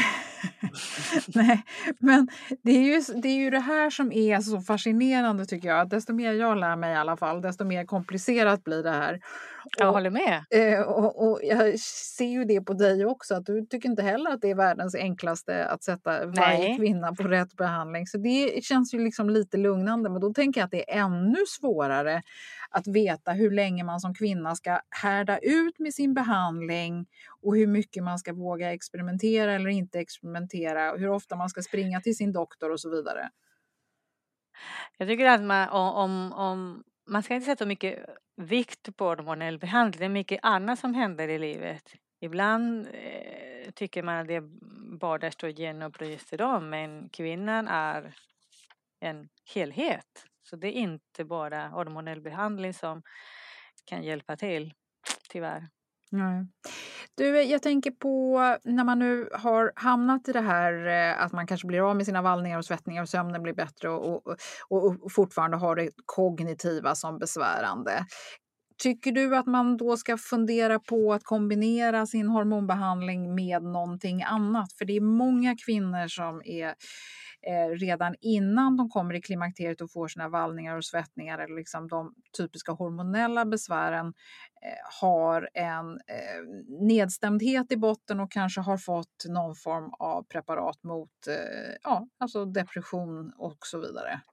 Speaker 5: Nej, men det är ju det här som är så fascinerande tycker jag. Desto mer jag lär mig i alla fall, desto mer komplicerat blir det här.
Speaker 6: Jag håller med.
Speaker 5: Och jag ser ju det på dig också, att du tycker inte heller att det är världens enklaste att sätta varje
Speaker 6: Nej.
Speaker 5: kvinna på rätt behandling. Så det känns ju liksom lite lugnande, men då tänker jag att det är ännu svårare att veta hur länge man som kvinna ska härda ut med sin behandling och hur mycket man ska våga experimentera eller inte experimentera, hur ofta man ska springa till sin doktor och så vidare.
Speaker 6: Jag tycker att man ska inte sätta mycket vikt på hormonell behandling. Det är mycket annat som händer i livet. Ibland tycker man att det är bara östrogen och progesteron, men kvinnan är en helhet. Så det är inte bara hormonell behandling som kan hjälpa till, tyvärr.
Speaker 5: Nej. Du, jag tänker på när man nu har hamnat i det här att man kanske blir av med sina vallningar och svettningar och sömnen blir bättre och fortfarande har det kognitiva som besvärande. Tycker du att man då ska fundera på att kombinera sin hormonbehandling med någonting annat? För det är många kvinnor som är redan innan de kommer i klimakteriet och får sina vallningar och svettningar eller liksom de typiska hormonella besvären har en nedstämdhet i botten och kanske har fått någon form av preparat mot alltså depression och så vidare.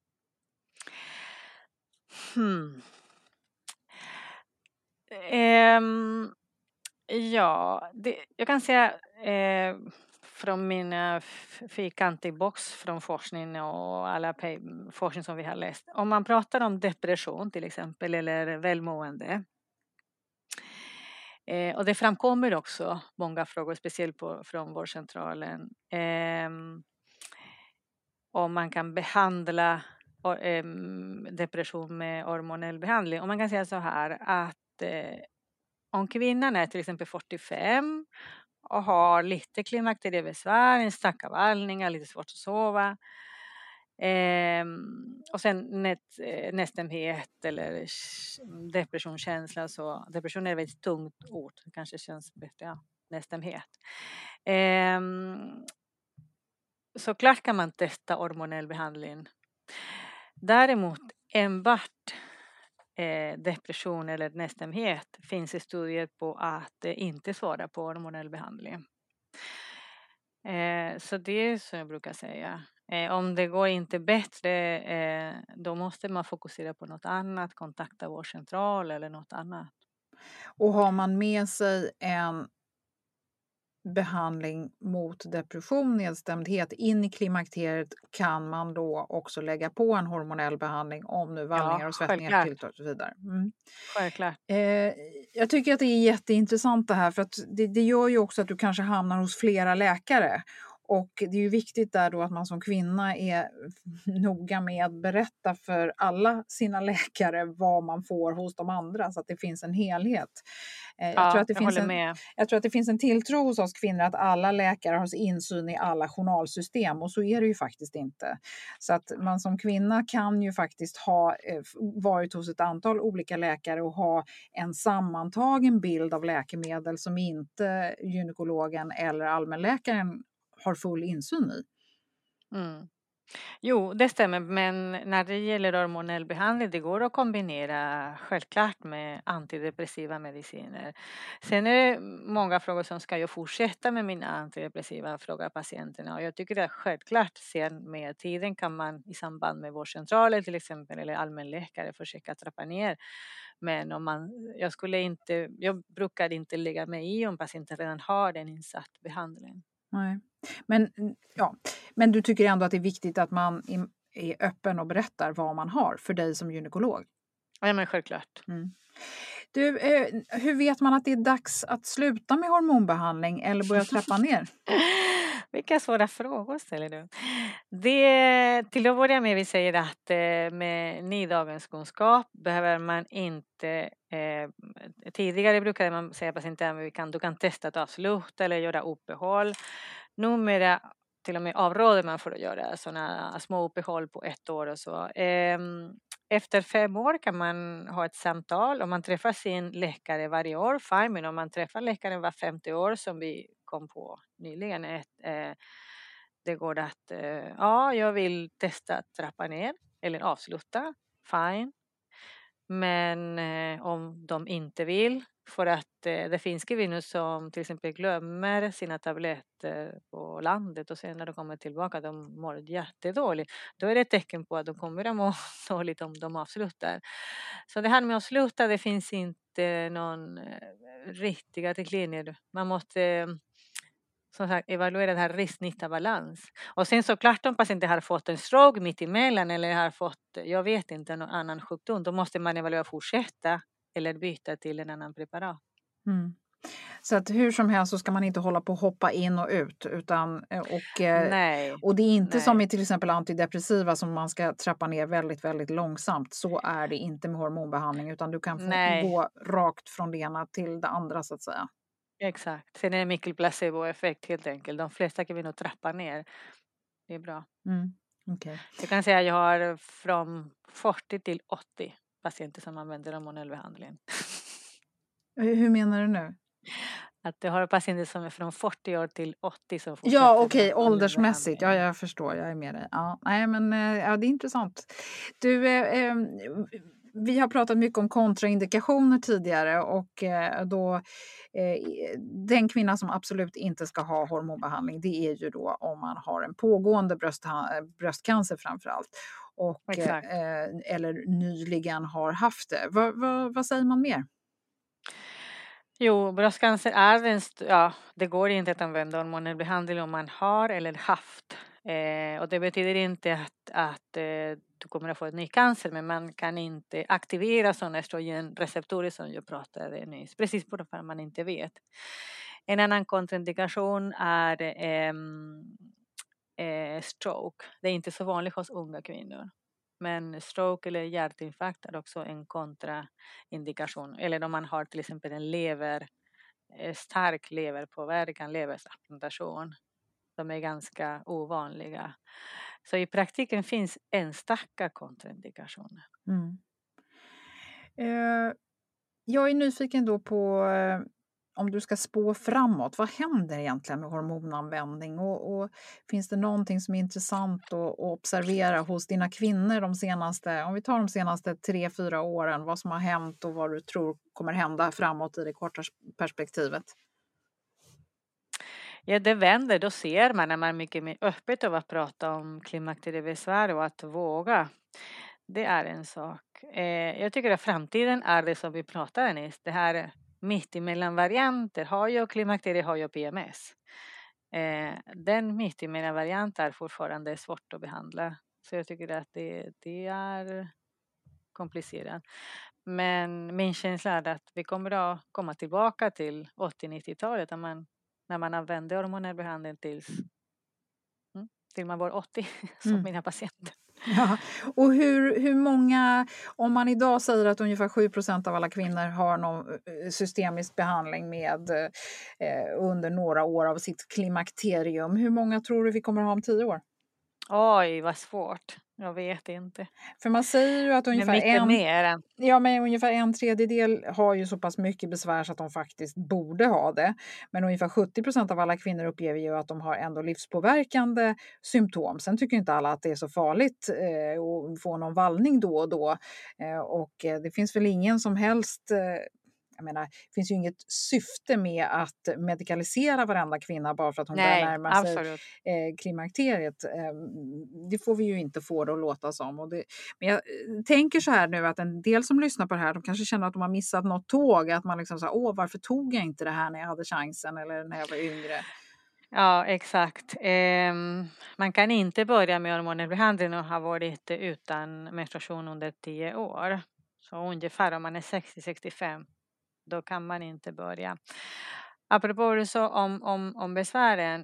Speaker 6: Jag kan säga från min fyrkantig box från forskning och alla forskning som vi har läst. Om man pratar om depression till exempel eller välmående. Och det framkommer också många frågor, speciellt från vårdcentralen. Om man kan behandla depression med hormonell behandling. Och man kan säga så här att om kvinnan är till exempel 45 och har lite klimakteriebesvär, en starka vallningar, lite svårt att sova. Och sen nästemhet eller depressionskänsla. Så depression är ett väldigt tungt ord. Det kanske känns bättre. Ja, nästemhet. Så klart kan man testa hormonell behandling. Däremot enbart depression eller nästemhet finns det studier på att inte svara på hormonell behandling. Så det är så jag brukar säga. Om det går inte bättre då måste man fokusera på något annat, kontakta vårdcentral eller något annat.
Speaker 5: Och har man med sig en behandling mot depression, nedstämdhet in i klimakteriet kan man då också lägga på en hormonell behandling om nu vallningar och svettningar tilltar och så vidare.
Speaker 6: Självklart.
Speaker 5: Jag tycker att det är jätteintressant det här för att det gör ju också att du kanske hamnar hos flera läkare. Och det är ju viktigt där då att man som kvinna är noga med att berätta för alla sina läkare vad man får hos de andra så att det finns en helhet. Jag tror att det finns en tilltro hos oss kvinnor att alla läkare har insyn i alla journalsystem och så är det ju faktiskt inte. Så att man som kvinna kan ju faktiskt ha varit hos ett antal olika läkare och ha en sammantagen bild av läkemedel som inte gynekologen eller allmänläkaren har full insyn i.
Speaker 6: Jo, det stämmer, men när det gäller hormonell behandling det går att kombinera självklart med antidepressiva mediciner. Sen är det många frågor som ska jag fortsätta med mina antidepressiva frågor patienterna och jag tycker att självklart sen med tiden kan man i samband med vårdcentraler till exempel eller allmänläkare försöka trappa ner. Men jag brukar inte lägga mig i om patienten redan har en insatt behandling.
Speaker 5: Nej. Men du tycker ändå att det är viktigt att man är öppen och berättar vad man har för dig som gynekolog?
Speaker 6: Ja, men självklart.
Speaker 5: Du, hur vet man att det är dags att sluta med hormonbehandling eller börja trappa ner?
Speaker 6: Vilka svåra frågor ställer du? Till att börja med vi säger att med ny dagens kunskap behöver man inte tidigare brukade man säga patienten att du kan testa att avsluta eller göra uppehåll. Numera till och med avråder man för att göra sådana små uppehåll på 1 år och så. Efter 5 år kan man ha ett samtal. Om man träffar sin läkare varje år, fine. Men om man träffar läkaren var 50 år som vi kom på nyligen. Det går att, jag vill testa att trappa ner eller avsluta, fine. Men om de inte vill, för att det finns kvinnor som till exempel glömmer sina tabletter på landet och sen när de kommer tillbaka de mår jättedåligt. Då är det ett tecken på att de kommer att må dåligt om de avslutar. Så det här med att sluta, det finns inte någon riktiga riktlinjer. Man måste som sagt evaluera det här risk-nytta-balans. Och sen såklart om patienten har fått en stroke mitt emellan eller har fått, jag vet inte, någon annan sjukdom, då måste man evaluera fortsätta eller byta till en annan preparat.
Speaker 5: Mm. Så att hur som helst så ska man inte hålla på att hoppa in och ut. Och det är inte som med till exempel antidepressiva som man ska trappa ner väldigt, väldigt långsamt. Så är det inte med hormonbehandling, utan du kan få gå rakt från det ena till det andra så att säga.
Speaker 6: Exakt. Sen är det mycket placeboeffekt helt enkelt. De flesta kvinnor trappar ner. Det är bra.
Speaker 5: Okay.
Speaker 6: Jag kan säga att jag har från 40 till 80 patienter som använder hormonell behandling.
Speaker 5: Hur menar du nu?
Speaker 6: Att jag har patienter som är från 40 år till 80 som fortsätter.
Speaker 5: Ja, okej, åldersmässigt. Ja, jag förstår. Jag är med dig. Ja, nej, men ja, det är intressant. Du, vi har pratat mycket om kontraindikationer tidigare och den kvinna som absolut inte ska ha hormonbehandling, det är ju då om man har en pågående bröstcancer framför allt. Eller nyligen har haft det. Vad säger man mer?
Speaker 6: Jo, bröstcancer är det går inte att använda hormonell behandling om man har eller haft. Och det betyder inte att du kommer att få en ny cancer, men man kan inte aktivera sådana estrogenreceptorer som jag pratade nyss, precis på det för man inte vet. En annan kontraindikation är stroke. Det är inte så vanligt hos unga kvinnor. Men stroke eller hjärtinfarkt är också en kontraindikation. Eller om man har till exempel en stark leverpåverkan, levertransplantation. De är ganska ovanliga. Så i praktiken finns enstaka kontraindikationer.
Speaker 5: Jag är nyfiken då på om du ska spå framåt. Vad händer egentligen med hormonanvändning? Och finns det någonting som är intressant att observera hos dina kvinnor om vi tar de senaste 3-4 åren, vad som har hänt och vad du tror kommer hända framåt i det korta perspektivet?
Speaker 6: Ja, det vänder. Då ser man när man är mycket mer öppet av att prata om klimakteriebesvär och att våga. Det är en sak. Jag tycker att framtiden är det som vi pratade nyss. Det här mittemellan-varianter. Har jag klimakterie, har jag PMS. Den mittemellan-variant är fortfarande svårt att behandla. Så jag tycker att det är komplicerat. Men min känsla är att vi kommer att komma tillbaka till 80-90-talet när man använder hormonell behandling till man var 80 som mina patienter.
Speaker 5: Ja. Och hur många, om man idag säger att ungefär 7% av alla kvinnor har någon systemisk behandling med under några år av sitt klimakterium, hur många tror du vi kommer att ha om 10 år?
Speaker 6: Oj, vad svårt. Jag vet inte.
Speaker 5: För man säger ju att ungefär ungefär 1/3 har ju så pass mycket besvär så att de faktiskt borde ha det. Men ungefär 70% av alla kvinnor upplever ju att de har ändå livspåverkande symptom. Sen tycker inte alla att det är så farligt att få någon vallning då och då. Och det finns väl ingen som helst... Jag menar, det finns ju inget syfte med att medikalisera varenda kvinna bara för att hon börjar närma sig klimakteriet. Det får vi ju inte få det att låta som. Men jag tänker så här nu att en del som lyssnar på det här, de kanske känner att de har missat något tåg. Att man liksom säger, varför tog jag inte det här när jag hade chansen eller när jag var yngre?
Speaker 6: Ja, exakt. Man kan inte börja med hormonell behandling och ha varit utan menstruation under 10 år. Så ungefär om man är 60-65. Då kan man inte börja. Apropå så om besvären.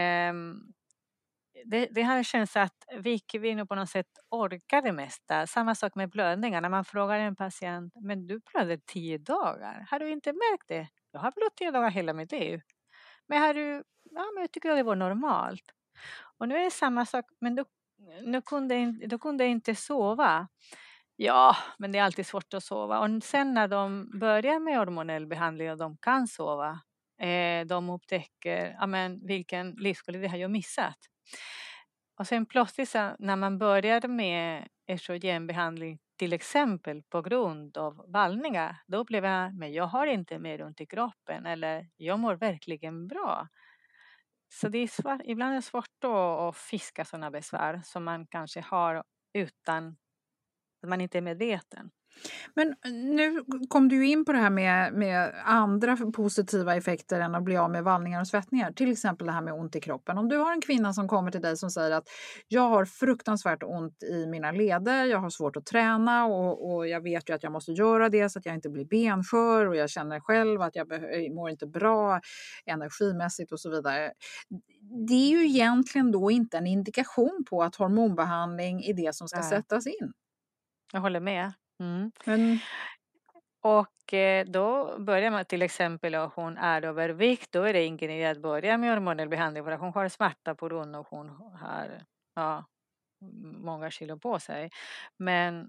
Speaker 6: Det här känns att vi kvinnor på något sätt orkar det mesta. Samma sak med blödningar. När man frågar en patient, men du blöder 10 dagar. Har du inte märkt det? Jag har blött 10 dagar hela mitt liv. Men men jag tycker att det var normalt. Och nu är det samma sak. Men då kunde jag inte sova. Ja, men det är alltid svårt att sova. Och sen när de börjar med hormonell behandling och de kan sova. De upptäcker, vilken livskvalitet har jag missat. Och sen plötsligt när man börjar med estrogenbehandling till exempel på grund av vallningar, då upplever jag men jag har inte mer ont i kroppen eller jag mår verkligen bra. Så det är ibland är det svårt att fiska sådana besvär som man kanske har utan att man inte är medveten.
Speaker 5: Men nu kom du in på det här med andra positiva effekter än att bli av med vallningar och svettningar. Till exempel det här med ont i kroppen. Om du har en kvinna som kommer till dig som säger att jag har fruktansvärt ont i mina leder, jag har svårt att träna och jag vet ju att jag måste göra det så att jag inte blir benskör och jag känner själv att jag mår inte bra energimässigt och så vidare. Det är ju egentligen då inte en indikation på att hormonbehandling är det som ska sättas in.
Speaker 6: Jag håller med.
Speaker 5: Men...
Speaker 6: Och då börjar man till exempel om hon är övervikt, då är det ingen idé att börja med hormonell behandling för att hon har smärta på grund och hon har många kilo på sig. Men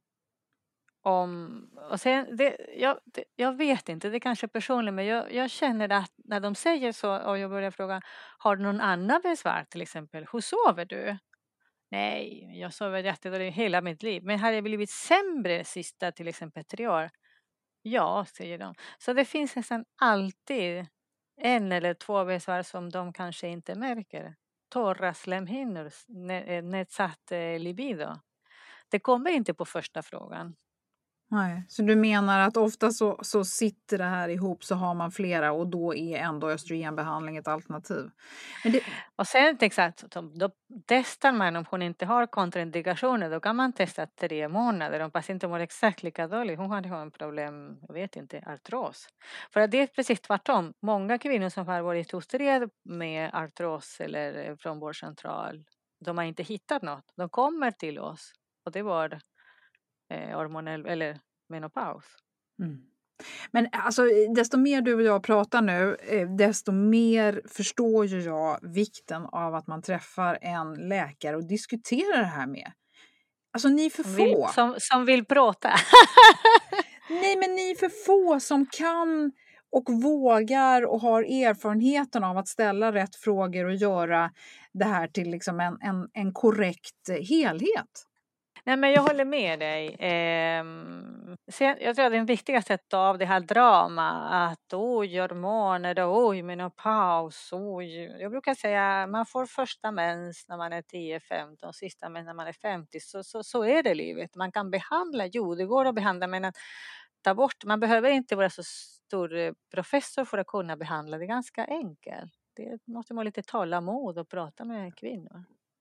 Speaker 6: jag vet inte, det är kanske personligt, men jag känner att när de säger så och jag börjar fråga, har du någon annan besvär till exempel, hur sover du? Nej, jag sover jättedåligt hela mitt liv. Men har jag blivit sämre sista till exempel 3 år? Ja, säger de. Så det finns nästan alltid 1 eller 2 besvär som de kanske inte märker. Torra slemhinnor, nedsatt libido. Det kommer inte på första frågan.
Speaker 5: Nej, så du menar att ofta så sitter det här ihop så har man flera och då är ändå östrogenbehandling ett alternativ. Men
Speaker 6: och sen exakt, då testar man om hon inte har kontraindikationer, då kan man testa 3 månader om patienten mår exakt lika dåligt. Hon hade en problem, jag vet inte, artros. För att det är precis tvärtom. Många kvinnor som har varit utredd med artros eller från vårdcentral, de har inte hittat något. De kommer till oss och det var hormonell eller menopaus.
Speaker 5: Men alltså, desto mer du och jag pratar nu, desto mer förstår ju jag vikten av att man träffar en läkare och diskuterar det här med. Alltså ni är för få.
Speaker 6: Som vill prata.
Speaker 5: Nej, men ni är för få som kan och vågar och har erfarenheten av att ställa rätt frågor och göra det här till liksom en korrekt helhet.
Speaker 6: Nej, men jag håller med dig. Jag tror att det är viktigaste att ta av det här drama. Att hormoner, menopaus. Jag brukar säga man får första mens när man är 10-15, sista mens när man är 50. Så är det livet. Man kan behandla, det går att behandla, men att ta bort. Man behöver inte vara så stor professor för att kunna behandla. Det är ganska enkelt. Det måste man lite tålamod och prata med kvinnor.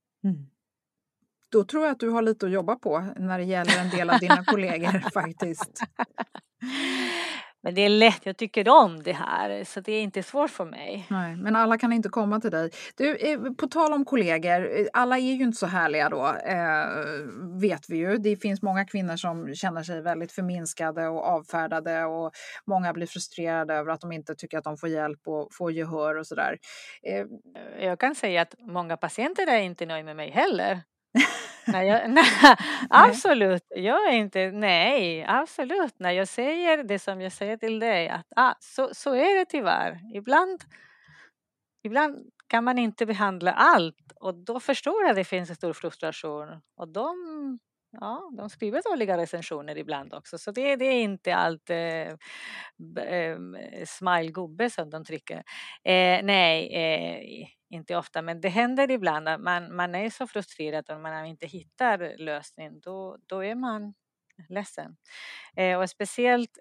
Speaker 5: Då tror jag att du har lite att jobba på när det gäller en del av dina kollegor faktiskt.
Speaker 6: Men det är lätt, jag tycker om det här så det är inte svårt för mig.
Speaker 5: Nej, men alla kan inte komma till dig. Du, på tal om kollegor, alla är ju inte så härliga då, vet vi ju. Det finns många kvinnor som känner sig väldigt förminskade och avfärdade och många blir frustrerade över att de inte tycker att de får hjälp och får gehör och sådär.
Speaker 6: Jag kan säga att många patienter är inte nöjda med mig heller. Nej, absolut, jag är inte, absolut, när jag säger det som jag säger till dig att så är det tyvärr, ibland kan man inte behandla allt och då förstår jag att det finns en stor frustration och de skriver dåliga recensioner ibland också, så det är inte allt smile-gubbe som de trycker. Inte ofta, men det händer ibland att man är så frustrerad och man inte hittar lösning, då är man ledsen. Och speciellt,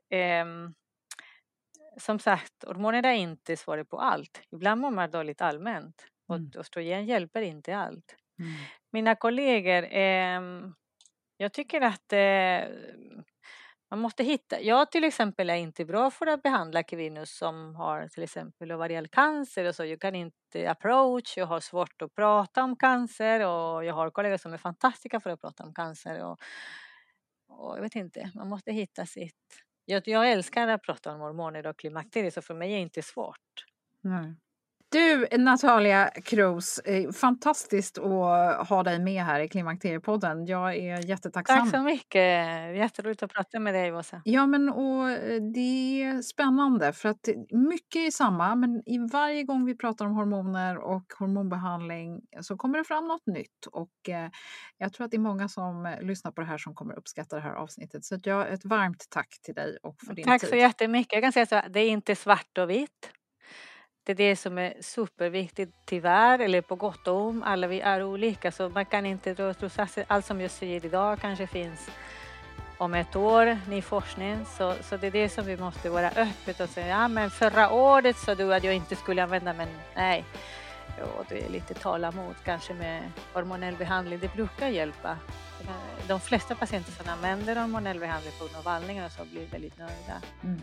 Speaker 6: som sagt, hormoner är inte svaret på allt. Ibland mår man dåligt allmänt och östrogen hjälper inte allt. Mina kollegor, jag tycker att man måste hitta. Jag till exempel är inte bra för att behandla kvinnor som har till exempel ovariell cancer och så. Jag kan inte approach, jag har svårt att prata om cancer och jag har kollegor som är fantastiska för att prata om cancer och jag vet inte, man måste hitta sitt. Jag älskar att prata om hormoner och klimakteriet så för mig är det inte svårt.
Speaker 5: Nej. Du, Natalia Cruz, fantastiskt att ha dig med här i Klimakteriepodden. Jag är jättetacksam.
Speaker 6: Tack så mycket. Jätteroligt att prata med dig, Åsa.
Speaker 5: Ja, men och det är spännande för att mycket är samma, men i varje gång vi pratar om hormoner och hormonbehandling så kommer det fram något nytt. Och jag tror att det är många som lyssnar på det här som kommer uppskatta det här avsnittet. Så ett varmt tack till dig och för din tid.
Speaker 6: Tack så jättemycket. Jag kan säga så här, det är inte svart och vitt. Det är det som är superviktigt, tyvärr, eller på gott och om. Alla vi är olika, så man kan inte dra slutsatser. Allt som jag säger idag kanske finns om ett år, ny forskning. Så det är det som vi måste vara öppet och säga, ja men förra året sa du att jag inte skulle använda, men nej. Ja, det är lite talamod kanske med hormonell behandling. Det brukar hjälpa. De flesta patienter som använder hormonell behandling på grund av vallningar så blir väldigt nöjda.
Speaker 5: Mm.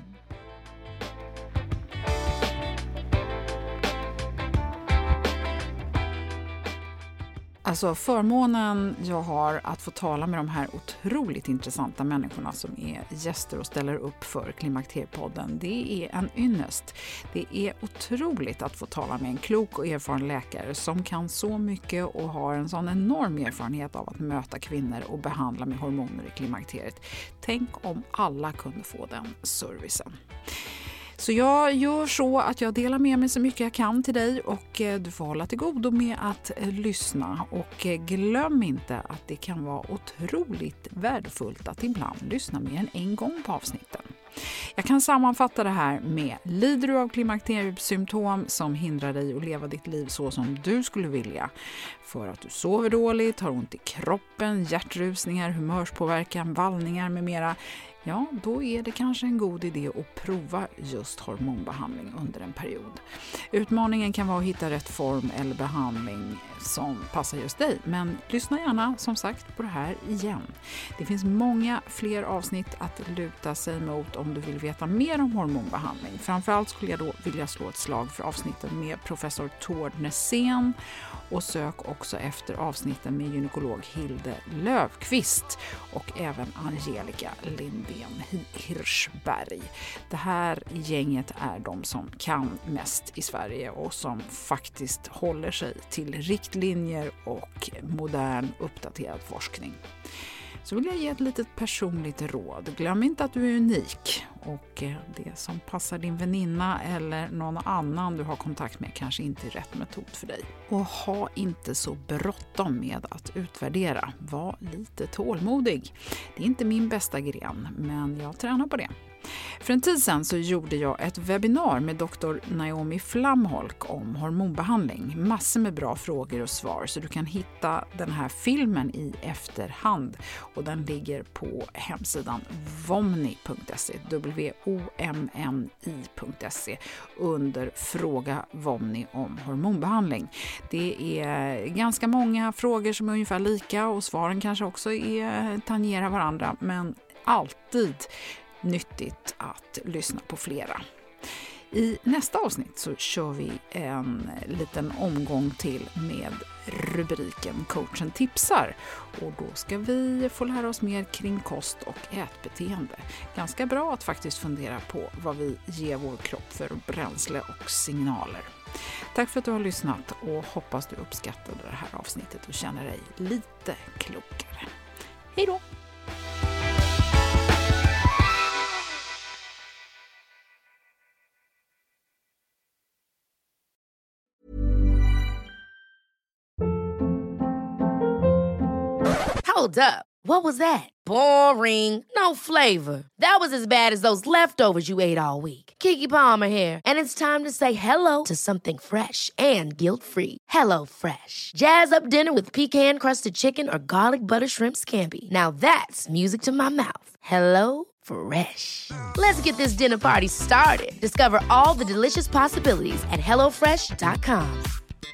Speaker 5: Alltså förmånen jag har att få tala med de här otroligt intressanta människorna som är gäster och ställer upp för Klimakteriepodden, det är en ynnest. Det är otroligt att få tala med en klok och erfaren läkare som kan så mycket och har en sån enorm erfarenhet av att möta kvinnor och behandla med hormoner i klimakteriet. Tänk om alla kunde få den servicen. Så jag gör så att jag delar med mig så mycket jag kan till dig och du får hålla till godo med att lyssna. Och glöm inte att det kan vara otroligt värdefullt att ibland lyssna mer än en gång på avsnitten. Jag kan sammanfatta det här med: lider du av klimakteriesymptom som hindrar dig att leva ditt liv så som du skulle vilja, för att du sover dåligt, har ont i kroppen, hjärtrusningar, humörspåverkan, vallningar med mera, ja, då är det kanske en god idé att prova just hormonbehandling under en period. Utmaningen kan vara att hitta rätt form eller behandling som passar just dig. Men lyssna gärna som sagt på det här igen. Det finns många fler avsnitt att luta sig mot om du vill veta mer om hormonbehandling. Framförallt skulle jag då vilja slå ett slag för avsnitten med professor Tord Nässén, och sök också efter avsnitten med gynekolog Hilde Löfqvist och även Angelica Lindén Hirschberg. Det här gänget är de som kan mest i Sverige och som faktiskt håller sig till riktlinjer och modern uppdaterad forskning. Så vill jag ge ett litet personligt råd. Glöm inte att du är unik och det som passar din väninna eller någon annan du har kontakt med kanske inte är rätt metod för dig. Och ha inte så bråttom med att utvärdera. Var lite tålmodig. Det är inte min bästa gren, men jag tränar på det. För en tid sedan så gjorde jag ett webbinar med Dr. Naomi Flamholk om hormonbehandling. Massor med bra frågor och svar, så du kan hitta den här filmen i efterhand. Och den ligger på hemsidan vomni.se, womni.se, under Fråga Vomni om hormonbehandling. Det är ganska många frågor som är ungefär lika och svaren kanske också tangerar varandra, men alltid nyttigt att lyssna på flera. I nästa avsnitt så kör vi en liten omgång till med rubriken Coachen tipsar. Och då ska vi få lära oss mer kring kost och ätbeteende. Ganska bra att faktiskt fundera på vad vi ger vår kropp för bränsle och signaler. Tack för att du har lyssnat och hoppas du uppskattade det här avsnittet och känner dig lite klokare. Hej då!
Speaker 11: Hold up. What was that? Boring. No flavor. That was as bad as those leftovers you ate all week. Keke Palmer here, and it's time to say hello to something fresh and guilt-free. Hello Fresh. Jazz up dinner with pecan-crusted chicken or garlic butter shrimp scampi. Now that's music to my mouth. Hello Fresh. Let's get this dinner party started. Discover all the delicious possibilities at hellofresh.com.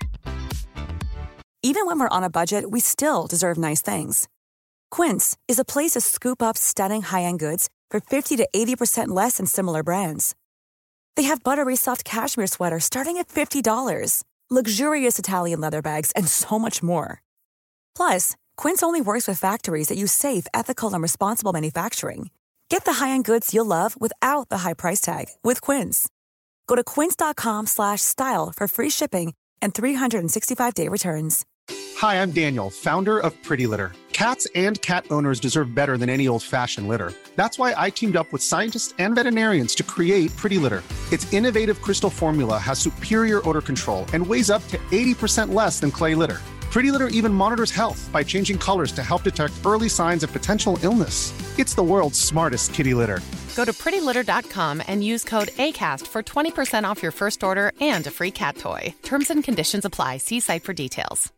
Speaker 12: Even when we're on a budget, we still deserve nice things. Quince is a place to scoop up stunning high-end goods for 50 to 80% less than similar brands. They have buttery soft cashmere sweaters starting at $50, luxurious Italian leather bags, and so much more. Plus, Quince only works with factories that use safe, ethical, and responsible manufacturing. Get the high-end goods you'll love without the high price tag with Quince. Go to quince.com/style for free shipping and 365-day returns.
Speaker 13: Hi, I'm Daniel, founder of Pretty Litter. Cats and cat owners deserve better than any old-fashioned litter. That's why I teamed up with scientists and veterinarians to create Pretty Litter. Its innovative crystal formula has superior odor control and weighs up to 80% less than clay litter. Pretty Litter even monitors health by changing colors to help detect early signs of potential illness. It's the world's smartest kitty litter.
Speaker 14: Go to prettylitter.com and use code ACAST for 20% off your first order and a free cat toy. Terms and conditions apply. See site for details.